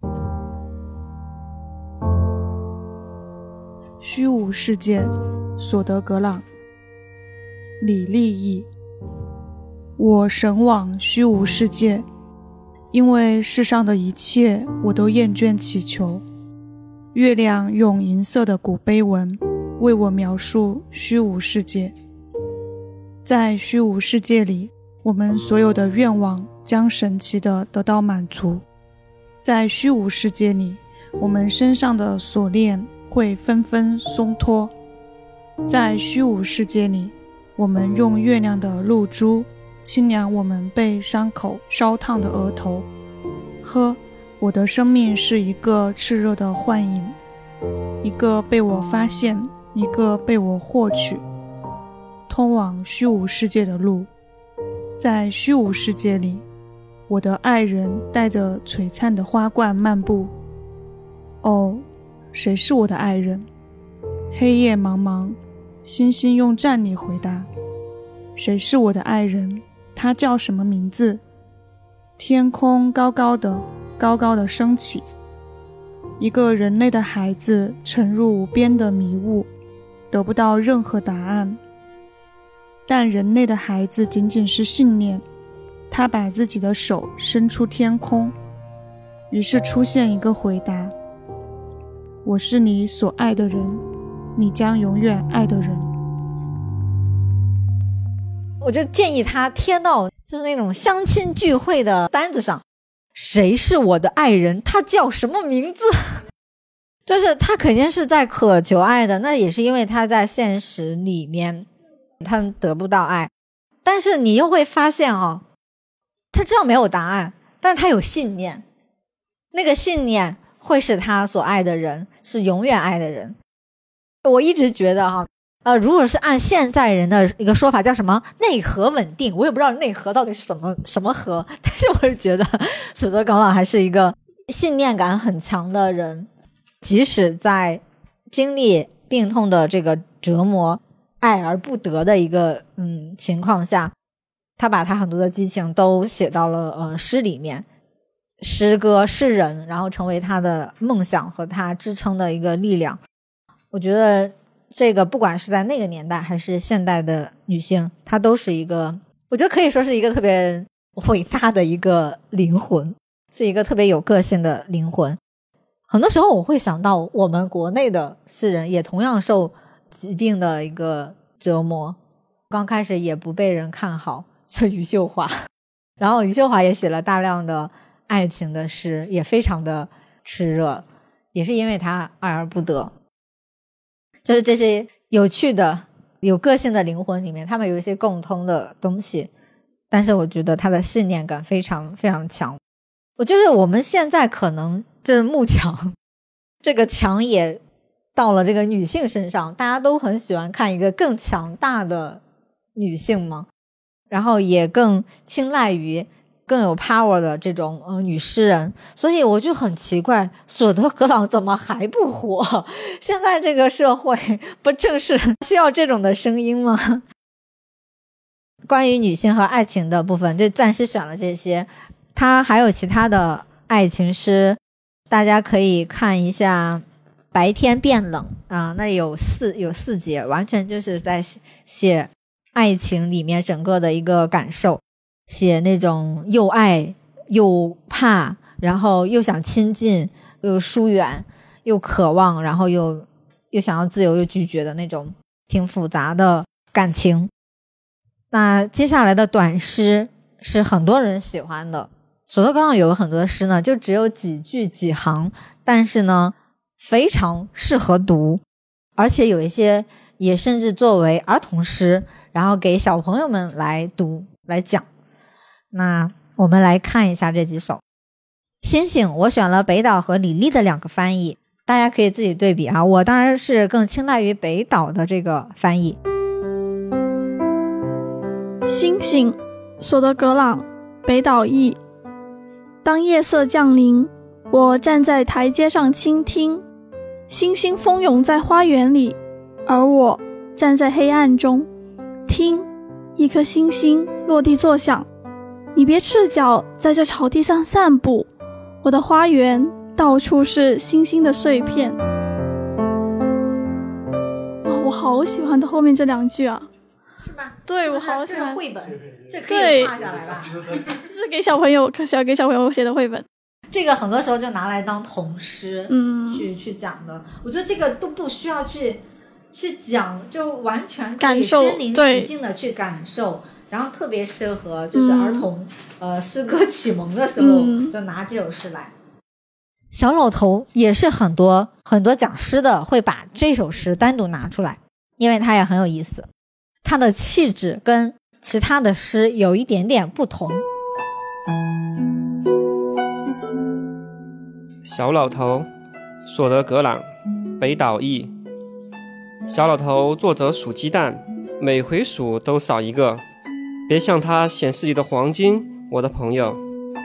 虚无世界，索德格朗。李丽译。我神往虚无世界，因为世上的一切我都厌倦祈求。月亮用银色的古碑文为我描述虚无世界。在虚无世界里，我们所有的愿望将神奇地得到满足。在虚无世界里，我们身上的锁链会纷纷松脱。在虚无世界里，我们用月亮的露珠清凉我们被伤口烧烫的额头。呵，我的生命是一个炽热的幻影，一个被我发现，一个被我获取，通往虚无世界的路。在虚无世界里，我的爱人带着璀璨的花冠漫步。哦，谁是我的爱人？黑夜茫茫，星星用站立回答。谁是我的爱人？他叫什么名字？天空高高的，高高的升起。一个人类的孩子沉入无边的迷雾，得不到任何答案。但人类的孩子仅仅是信念，他把自己的手伸出天空，于是出现一个回答：我是你所爱的人，你将永远爱的人。 我就建议他贴到就是那种相亲聚会的单子上，谁是我的爱人，他叫什么名字。就是他肯定是在渴求爱的，那也是因为他在现实里面他得不到爱。但是你又会发现他知道没有答案，但他有信念，那个信念会使他所爱的人是永远爱的人。我一直觉得如果是按现在人的一个说法叫什么内核稳定，我也不知道内核到底是什么核，但是我是觉得索德格朗还是一个信念感很强的人，即使在经历病痛的这个折磨爱而不得的一个情况下，他把他很多的激情都写到了诗里面，诗歌诗人，然后成为他的梦想和他支撑的一个力量。我觉得这个不管是在那个年代还是现代的女性，她都是一个，我觉得可以说是一个特别伟大的一个灵魂，是一个特别有个性的灵魂。很多时候我会想到我们国内的诗人也同样受疾病的一个折磨，刚开始也不被人看好，就余秀华。然后余秀华也写了大量的爱情的诗，也非常的炽热，也是因为他爱而不得。就是这些有趣的有个性的灵魂里面，他们有一些共通的东西，但是我觉得他的信念感非常非常强。我就是我们现在可能这幕墙这个墙也到了这个女性身上，大家都很喜欢看一个更强大的女性嘛，然后也更青睐于更有 power 的这种女诗人。所以我就很奇怪，索德格朗怎么还不火？现在这个社会不正是需要这种的声音吗？关于女性和爱情的部分就暂时选了这些，他还有其他的爱情诗，大家可以看一下白天变冷那有四节，完全就是在写爱情里面整个的一个感受，写那种又爱又怕，然后又想亲近又疏远又渴望，然后又想要自由又拒绝的那种挺复杂的感情。那接下来的短诗是很多人喜欢的，索德格朗有很多诗呢就只有几句几行，但是呢非常适合读，而且有一些也甚至作为儿童诗，然后给小朋友们来读来讲。那我们来看一下这几首。 星星我选了北岛和李丽的2个翻译，大家可以自己对比啊。我当然是更青睐于北岛的这个翻译。 星星，索德格朗，北岛译。当夜色降临，我站在台阶上倾听，星星蜂涌在花园里，而我站在黑暗中，听一颗星星落地作响。你别赤脚在这草地上散步，我的花园到处是星星的碎片。哇，我好喜欢的后面这2句啊。 是吧？ 对，我好喜欢。 这是绘本，这可以画下来吧？ 这是给小朋友写的绘本。 这个很多时候就拿来当童诗，去讲的。我觉得这个都不需要去讲，就完全可以身临其境的去感受，然后特别适合就是儿童诗歌启蒙的时候，就拿这首诗来。小老头也是很多讲诗的会把这首诗单独拿出来，因为它也很有意思。它的气质跟其他的诗有一点点不同。 小老头，索德格朗，北岛译。小老头坐着数鸡蛋，每回数都少一个，别像他显示里的黄金，我的朋友。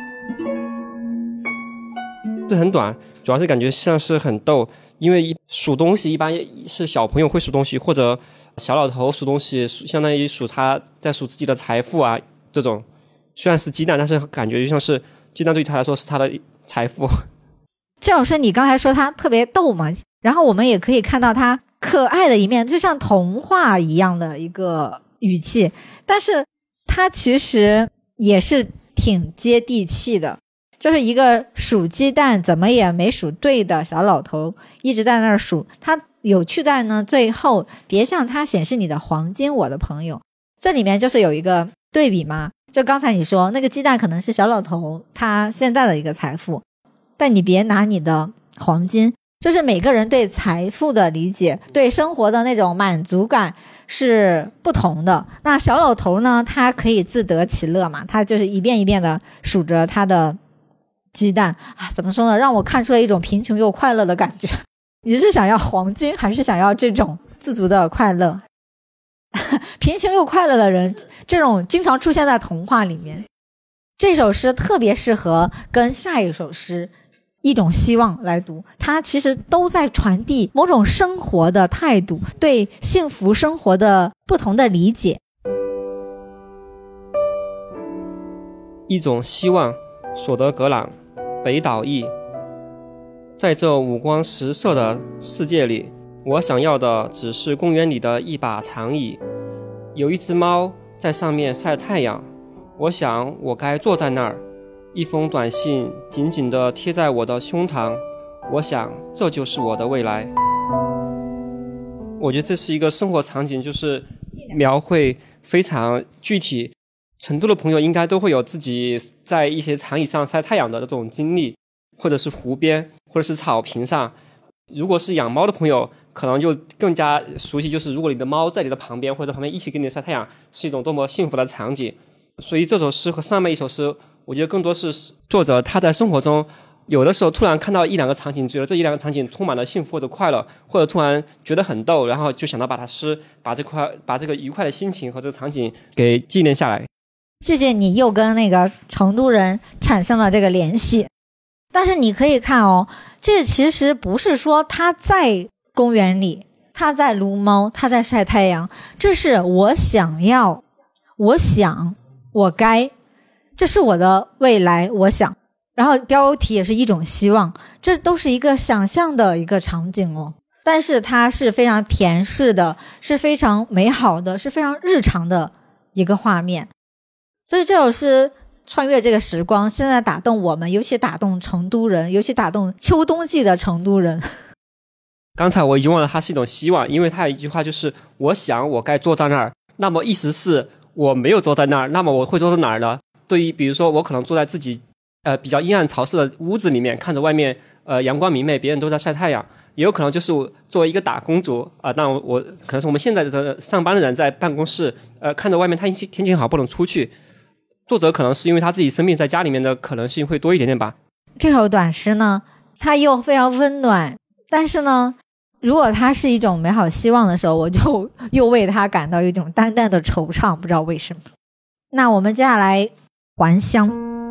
这很短，主要是感觉像是很逗，因为数东西一般是小朋友会数东西，或者小老头数东西相当于数他在数自己的财富啊，这种虽然是鸡蛋，但是感觉就像是鸡蛋对于他来说是他的财富。 这种是你刚才说他特别逗嘛，然后我们也可以看到他可爱的一面，就像童话一样的一个语气，但是他其实也是挺接地气的，就是一个数鸡蛋怎么也没数对的小老头一直在那儿数。他有趣在呢，最后别向他显示你的黄金，我的朋友。这里面就是有一个对比嘛，就刚才你说那个鸡蛋可能是小老头他现在的一个财富，但你别拿你的黄金，就是每个人对财富的理解，对生活的那种满足感是不同的。那小老头呢，他可以自得其乐嘛，他就是一遍一遍的数着他的鸡蛋啊，怎么说呢，让我看出了一种贫穷又快乐的感觉。你是想要黄金还是想要这种自足的快乐？贫穷又快乐的人，这种经常出现在童话里面。这首诗特别适合跟下一首诗一种希望来读，它其实都在传递某种生活的态度，对幸福生活的不同的理解。 一种希望，索德格朗，北岛译。在这五光十色的世界里，我想要的只是公园里的一把长椅，有一只猫在上面晒太阳。我想我该坐在那儿，一封短信紧紧地贴在我的胸膛。我想这就是我的未来。我觉得这是一个生活场景，就是描绘非常具体。成都的朋友应该都会有自己在一些长椅上晒太阳的这种经历，或者是湖边，或者是草坪上。如果是养猫的朋友，可能就更加熟悉，就是如果你的猫在你的旁边，或者旁边一起跟你晒太阳，是一种多么幸福的场景。所以这首诗和上面一首诗，我觉得更多是作者他在生活中有的时候突然看到一两个场景，觉得这一两个场景充满了幸福或者快乐，或者突然觉得很逗，然后就想到把这个愉快的心情和这个场景给纪念下来。 谢谢你又跟那个成都人产生了这个联系。但是你可以看哦，这其实不是说他在公园里，他在撸猫，他在晒太阳，这是我想要，我想，我该，这是我的未来，我想。然后标题也是一种希望，这都是一个想象的一个场景哦。但是它是非常甜适的，是非常美好的，是非常日常的一个画面。所以这首诗穿越这个时光，现在打动我们，尤其打动成都人，尤其打动秋冬季的成都人。 刚才我已经忘了它是一种希望，因为它有一句话就是我想我该坐在那儿，那么意思是我没有坐在那儿，那么我会坐在哪儿呢？对于比如说我可能坐在自己比较阴暗潮湿的屋子里面，看着外面阳光明媚，别人都在晒太阳，也有可能就是我作为一个打工族那我可能是我们现在的上班的人在办公室看着外面天气好不能出去。作者可能是因为他自己生病在家里面的可能性会多一点点吧。 这首短诗呢，它又非常温暖，但是呢，如果它是一种美好希望的时候，我就又为它感到一种淡淡的惆怅，不知道为什么。那我们接下来还乡。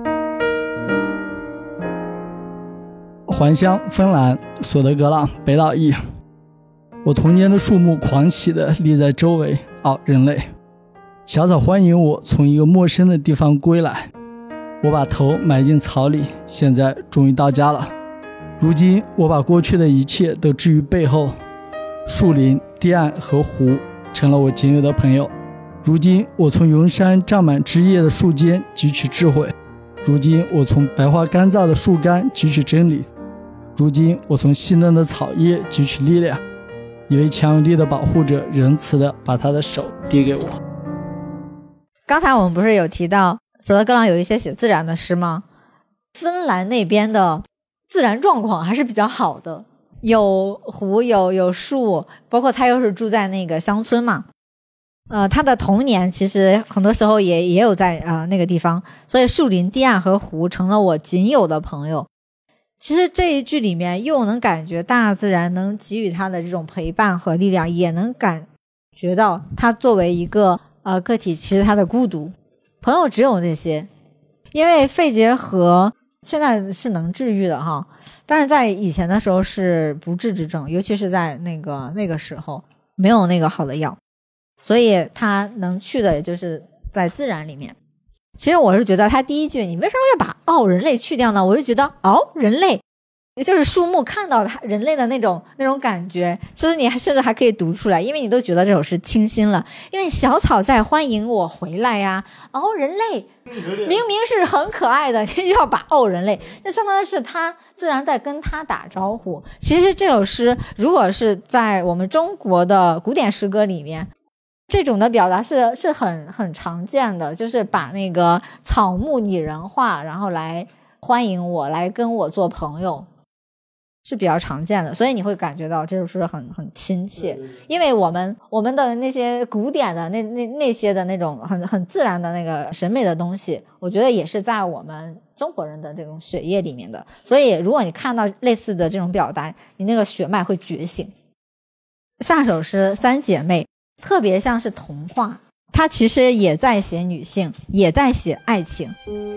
还乡，芬兰，索德格朗，北岛翼。我童年的树木狂起的立在周围，人类。小草欢迎我从一个陌生的地方归来，我把头埋进草里，现在终于到家了。如今我把过去的一切都置于背后，树林、堤岸和湖成了我仅有的朋友。如今我从云山长满枝叶的树间汲取智慧，如今我从白花干燥的树干汲取真理，如今我从细嫩的草叶汲取力量。一位强有力的保护者仁慈地把他的手递给我。 刚才我们不是有提到索德格朗有一些写自然的诗吗？芬兰那边的自然状况还是比较好的，有湖有树，包括他又是住在那个乡村嘛，他的童年其实很多时候也有在那个地方，所以树林、堤岸和湖成了我仅有的朋友。其实这一句里面又能感觉大自然能给予他的这种陪伴和力量，也能感觉到他作为一个个体，其实他的孤独。朋友只有那些，因为肺结核现在是能治愈的哈，但是在以前的时候是不治之症，尤其是在那个时候没有那个好的药，所以他能去的也就是在自然里面。其实我是觉得他第一句你为什么要把人类去掉呢？我就觉得人类就是树木看到他人类的那种感觉，其实你甚至还可以读出来，因为你都觉得这首诗清新了。因为小草在欢迎我回来呀，人类明明是很可爱的，你要把人类，那相当于是他自然在跟他打招呼。其实这首诗如果是在我们中国的古典诗歌里面，这种的表达是很常见的，就是把那个草木拟人化，然后来欢迎我，来跟我做朋友，是比较常见的。所以你会感觉到这首诗很亲切，因为我们的那些古典的那些的那种很自然的那个审美的东西，我觉得也是在我们中国人的这种血液里面的。所以如果你看到类似的这种表达，你那个血脉会觉醒。下首诗三姐妹特别像是童话，它其实也在写女性，也在写爱情。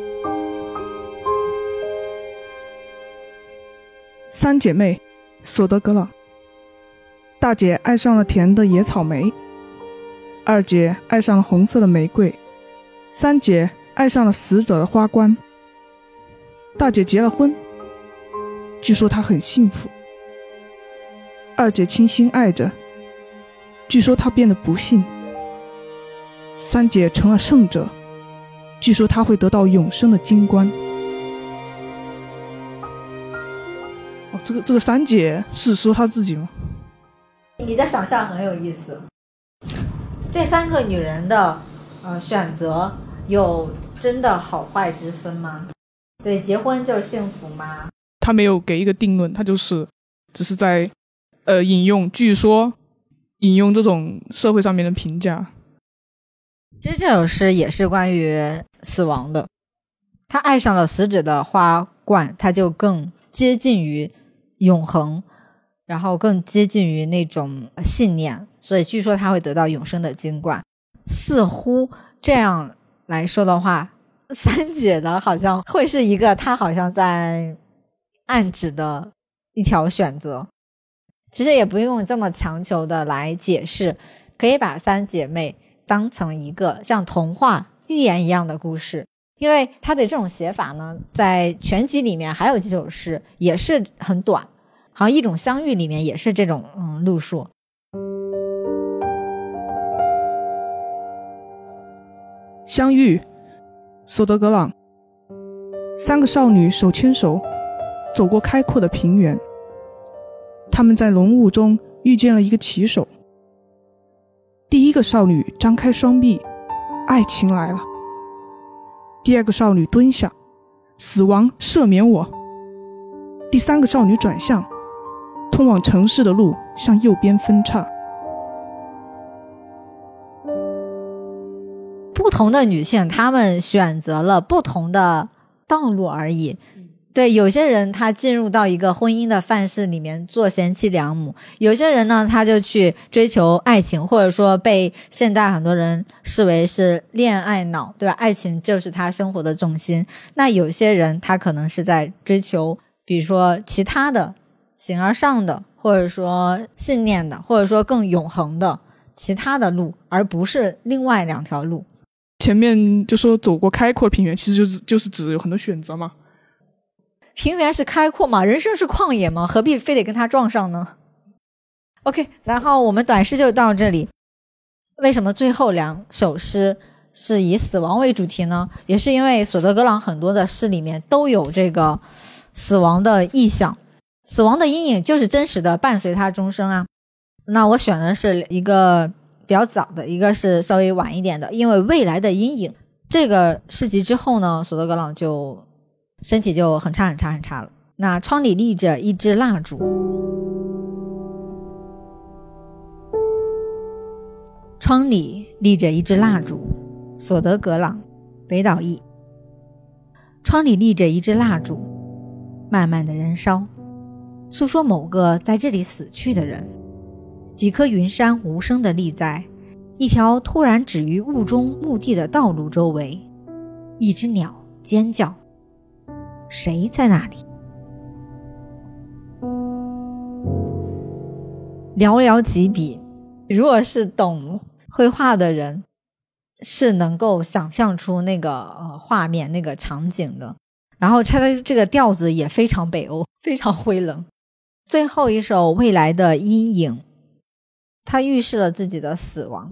三姐妹，索德格朗。大姐爱上了甜的野草莓，二姐爱上了红色的玫瑰，三姐爱上了死者的花冠。大姐结了婚，据说她很幸福。二姐倾心爱着，据说她变得不幸。三姐成了圣者，据说她会得到永生的金冠。这个三姐是说她自己吗？ 你的想象很有意思。这三个女人的选择有真的好坏之分吗？对，结婚就幸福吗？ 她没有给一个定论，她只是在引用，据说引用这种社会上面的评价。 其实这首诗也是关于死亡的，他爱上了死者的花冠，他就更接近于永恒，然后更接近于那种信念，所以据说他会得到永生的金冠。似乎这样来说的话，三姐的好像会是一个他好像在暗指的一条选择。其实也不用这么强求的来解释，可以把三姐妹当成一个像童话寓言一样的故事。因为他的这种写法呢，在全集里面还有几首诗也是很短，好像一种相遇里面也是这种路数。 相遇，索德格朗。三个少女手牵手走过开阔的平原，她们在浓雾中遇见了一个骑手。第一个少女张开双臂，爱情来了。第二个少女蹲下，死亡赦免我。第三个少女转向，通往城市的路向右边分叉。 不同的女性，她们选择了不同的道路而已， 对，有些人他进入到一个婚姻的范式里面做贤妻良母，有些人呢他就去追求爱情，或者说被现代很多人视为是恋爱脑，对吧？爱情就是他生活的重心。那有些人他可能是在追求比如说其他的形而上的，或者说信念的，或者说更永恒的其他的路，而不是另外两条路。 前面就说走过开阔平原，其实就是指有很多选择嘛。 平原是开阔嘛，人生是旷野嘛，何必非得跟他撞上呢？ OK， 然后我们短诗就到这里。为什么最后2首诗是以死亡为主题呢？也是因为索德格朗很多的诗里面都有这个死亡的意象，死亡的阴影就是真实的伴随他终生啊。那我选的是一个比较早的，一个是稍微晚一点的，因为未来的阴影这个诗集之后呢，索德格朗就身体就很差了。那窗里立着一支蜡烛，窗里立着一支蜡烛，索德格朗，北岛义。窗里立着一支蜡烛，慢慢的燃烧，诉说某个在这里死去的人。几颗云山无声地立在一条突然止于雾中墓地的道路周围，一只鸟尖叫，谁在那里？寥寥几笔，如果是懂绘画的人是能够想象出那个画面那个场景的。然后它的这个调子也非常北欧，非常灰冷。最后一首未来的阴影，它预示了自己的死亡。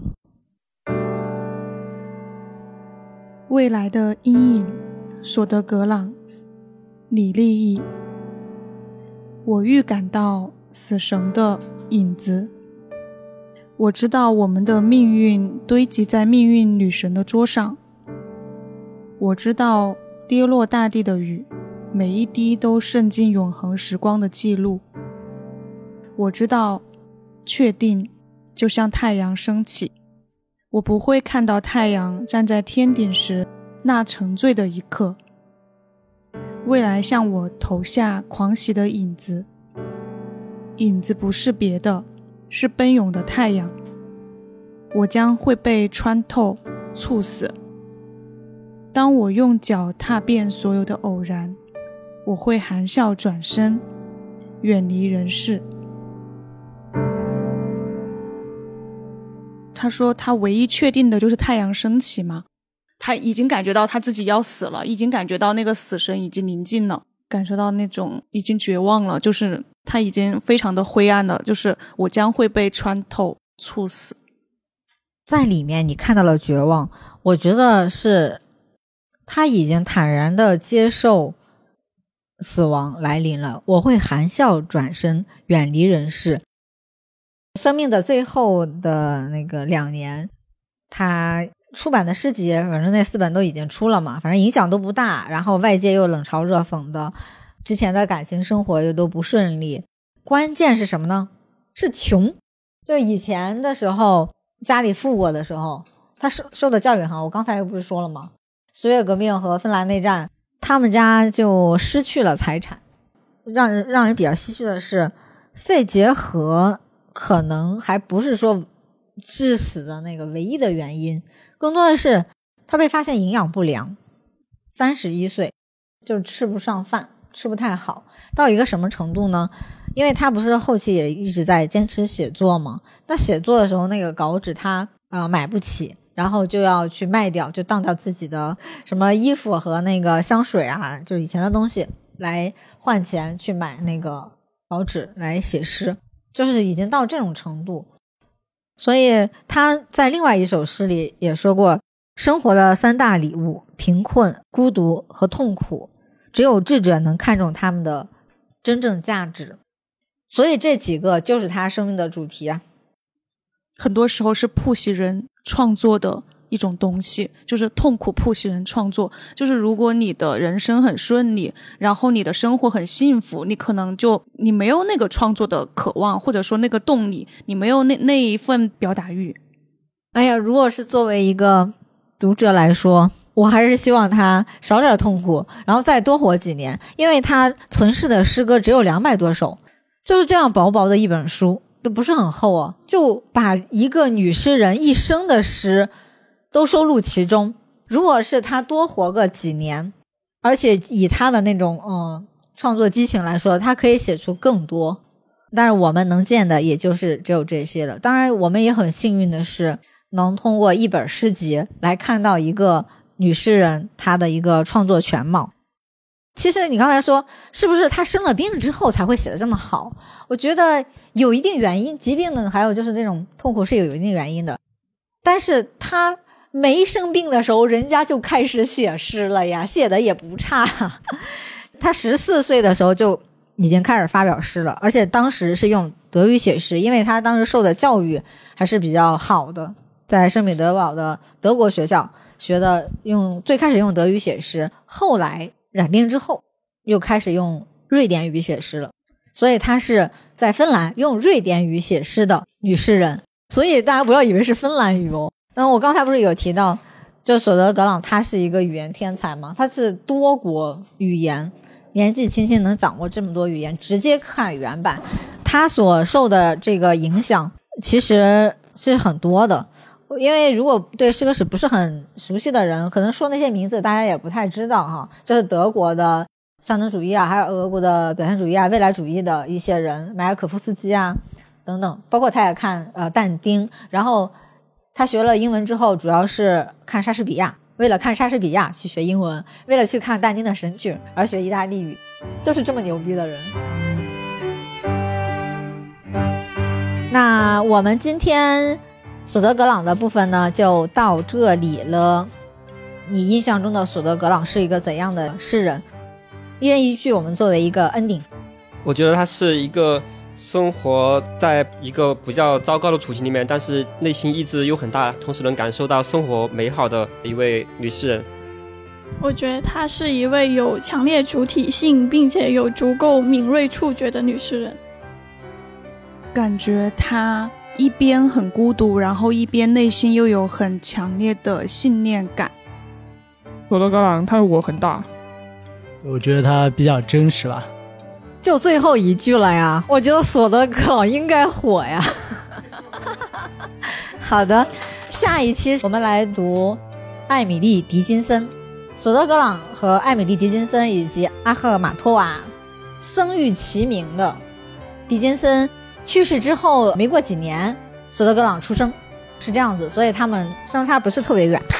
未来的阴影，索德格朗，李立义。我预感到死神的影子，我知道我们的命运堆积在命运女神的桌上，我知道跌落大地的雨，每一滴都渗进永恒时光的记录，我知道确定就像太阳升起，我不会看到太阳站在天顶时那沉醉的一刻。未来向我投下狂喜的影子，影子不是别的，是奔涌的太阳。我将会被穿透猝死。当我用脚踏遍所有的偶然，我会含笑转身，远离人世。他说他唯一确定的就是太阳升起嘛，他已经感觉到他自己要死了，已经感觉到那个死神已经临近了，感受到那种已经绝望了，就是他已经非常的灰暗了，就是我将会被穿透猝死。 在里面你看到了绝望，我觉得是他已经坦然的接受死亡来临了，我会含笑转身，远离人世。生命的最后的那个2年，他出版的诗集反正那4本都已经出了嘛，反正影响都不大，然后外界又冷嘲热讽的，之前的感情生活又都不顺利，关键是什么呢？是穷。就以前的时候家里富过的时候，他受的教育我刚才又不是说了吗？10月革命和芬兰内战，他们家就失去了财产。让人比较唏嘘的是，肺结核可能还不是说致死的那个唯一的原因，更多的是他被发现营养不良，31岁就吃不上饭，吃不太好，到一个什么程度呢？因为他不是后期也一直在坚持写作嘛，那写作的时候那个稿纸他买不起，然后就要去卖掉，就当掉自己的什么衣服和那个香水啊，就以前的东西来换钱去买那个稿纸来写诗，就是已经到这种程度。所以他在另外一首诗里也说过，生活的3大礼物，贫困、孤独和痛苦，只有智者能看重他们的真正价值。所以这几个就是他生命的主题啊。 很多时候是铺袭人创作的一种东西，就是痛苦铺袭人创作。就是如果你的人生很顺利，然后你的生活很幸福，你可能你没有那个创作的渴望，或者说那个动力，你没有那一份表达欲。 哎呀，如果是作为一个读者来说， 我还是希望他少点痛苦，然后再多活几年，因为他存世的诗歌只有200多首，就是这样薄薄的一本书，都不是很厚啊，就把一个女诗人一生的诗都收录其中。如果是他多活个几年，而且以他的那种创作激情来说，他可以写出更多，但是我们能见的也就是只有这些了。当然我们也很幸运的是能通过一本诗集来看到一个女诗人她的一个创作全貌。其实你刚才说是不是她生了病之后才会写得这么好，我觉得有一定原因，疾病呢还有就是那种痛苦是有一定原因的，但是她没生病的时候人家就开始写诗了呀，写的也不差。她14岁的时候就已经开始发表诗了，而且当时是用德语写诗，因为她当时受的教育还是比较好的，在圣彼得堡的德国学校学的，最开始用德语写诗，后来染病之后又开始用瑞典语写诗了，所以她是在芬兰用瑞典语写诗的女诗人。所以大家不要以为是芬兰语哦。那我刚才不是有提到就索德格朗他是一个语言天才吗？他是多国语言，年纪轻轻能掌握这么多语言，直接看原版，他所受的这个影响其实是很多的。因为如果对诗歌史不是很熟悉的人，可能说那些名字大家也不太知道哈。就是德国的象征主义啊，还有俄国的表现主义啊，未来主义的一些人，马尔可夫斯基啊等等，包括他也看但丁，然后他学了英文之后主要是看莎士比亚，为了看莎士比亚去学英文，为了去看但丁的神曲而学意大利语，就是这么牛逼的人。那我们今天索德格朗的部分呢就到这里了。你印象中的索德格朗是一个怎样的诗人？一人一句，我们作为一个 ending。 我觉得她是一个生活在一个比较糟糕的处境里面，但是内心意志又很大，同时能感受到生活美好的一位女诗人。 我觉得她是一位有强烈主体性并且有足够敏锐触觉的女诗人。 感觉她一边很孤独，然后一边内心又有很强烈的信念感。 索德格朗他的我很大， 我觉得他比较真实吧。 就最后一句了呀，我觉得索德格朗应该火呀。好的，下一期我们来读艾米丽·狄金森。索德格朗和艾米丽·狄金森以及阿赫马托娃声誉齐名的。狄金森去世之后没过几年，索德格朗出生，是这样子，所以他们相差不是特别远。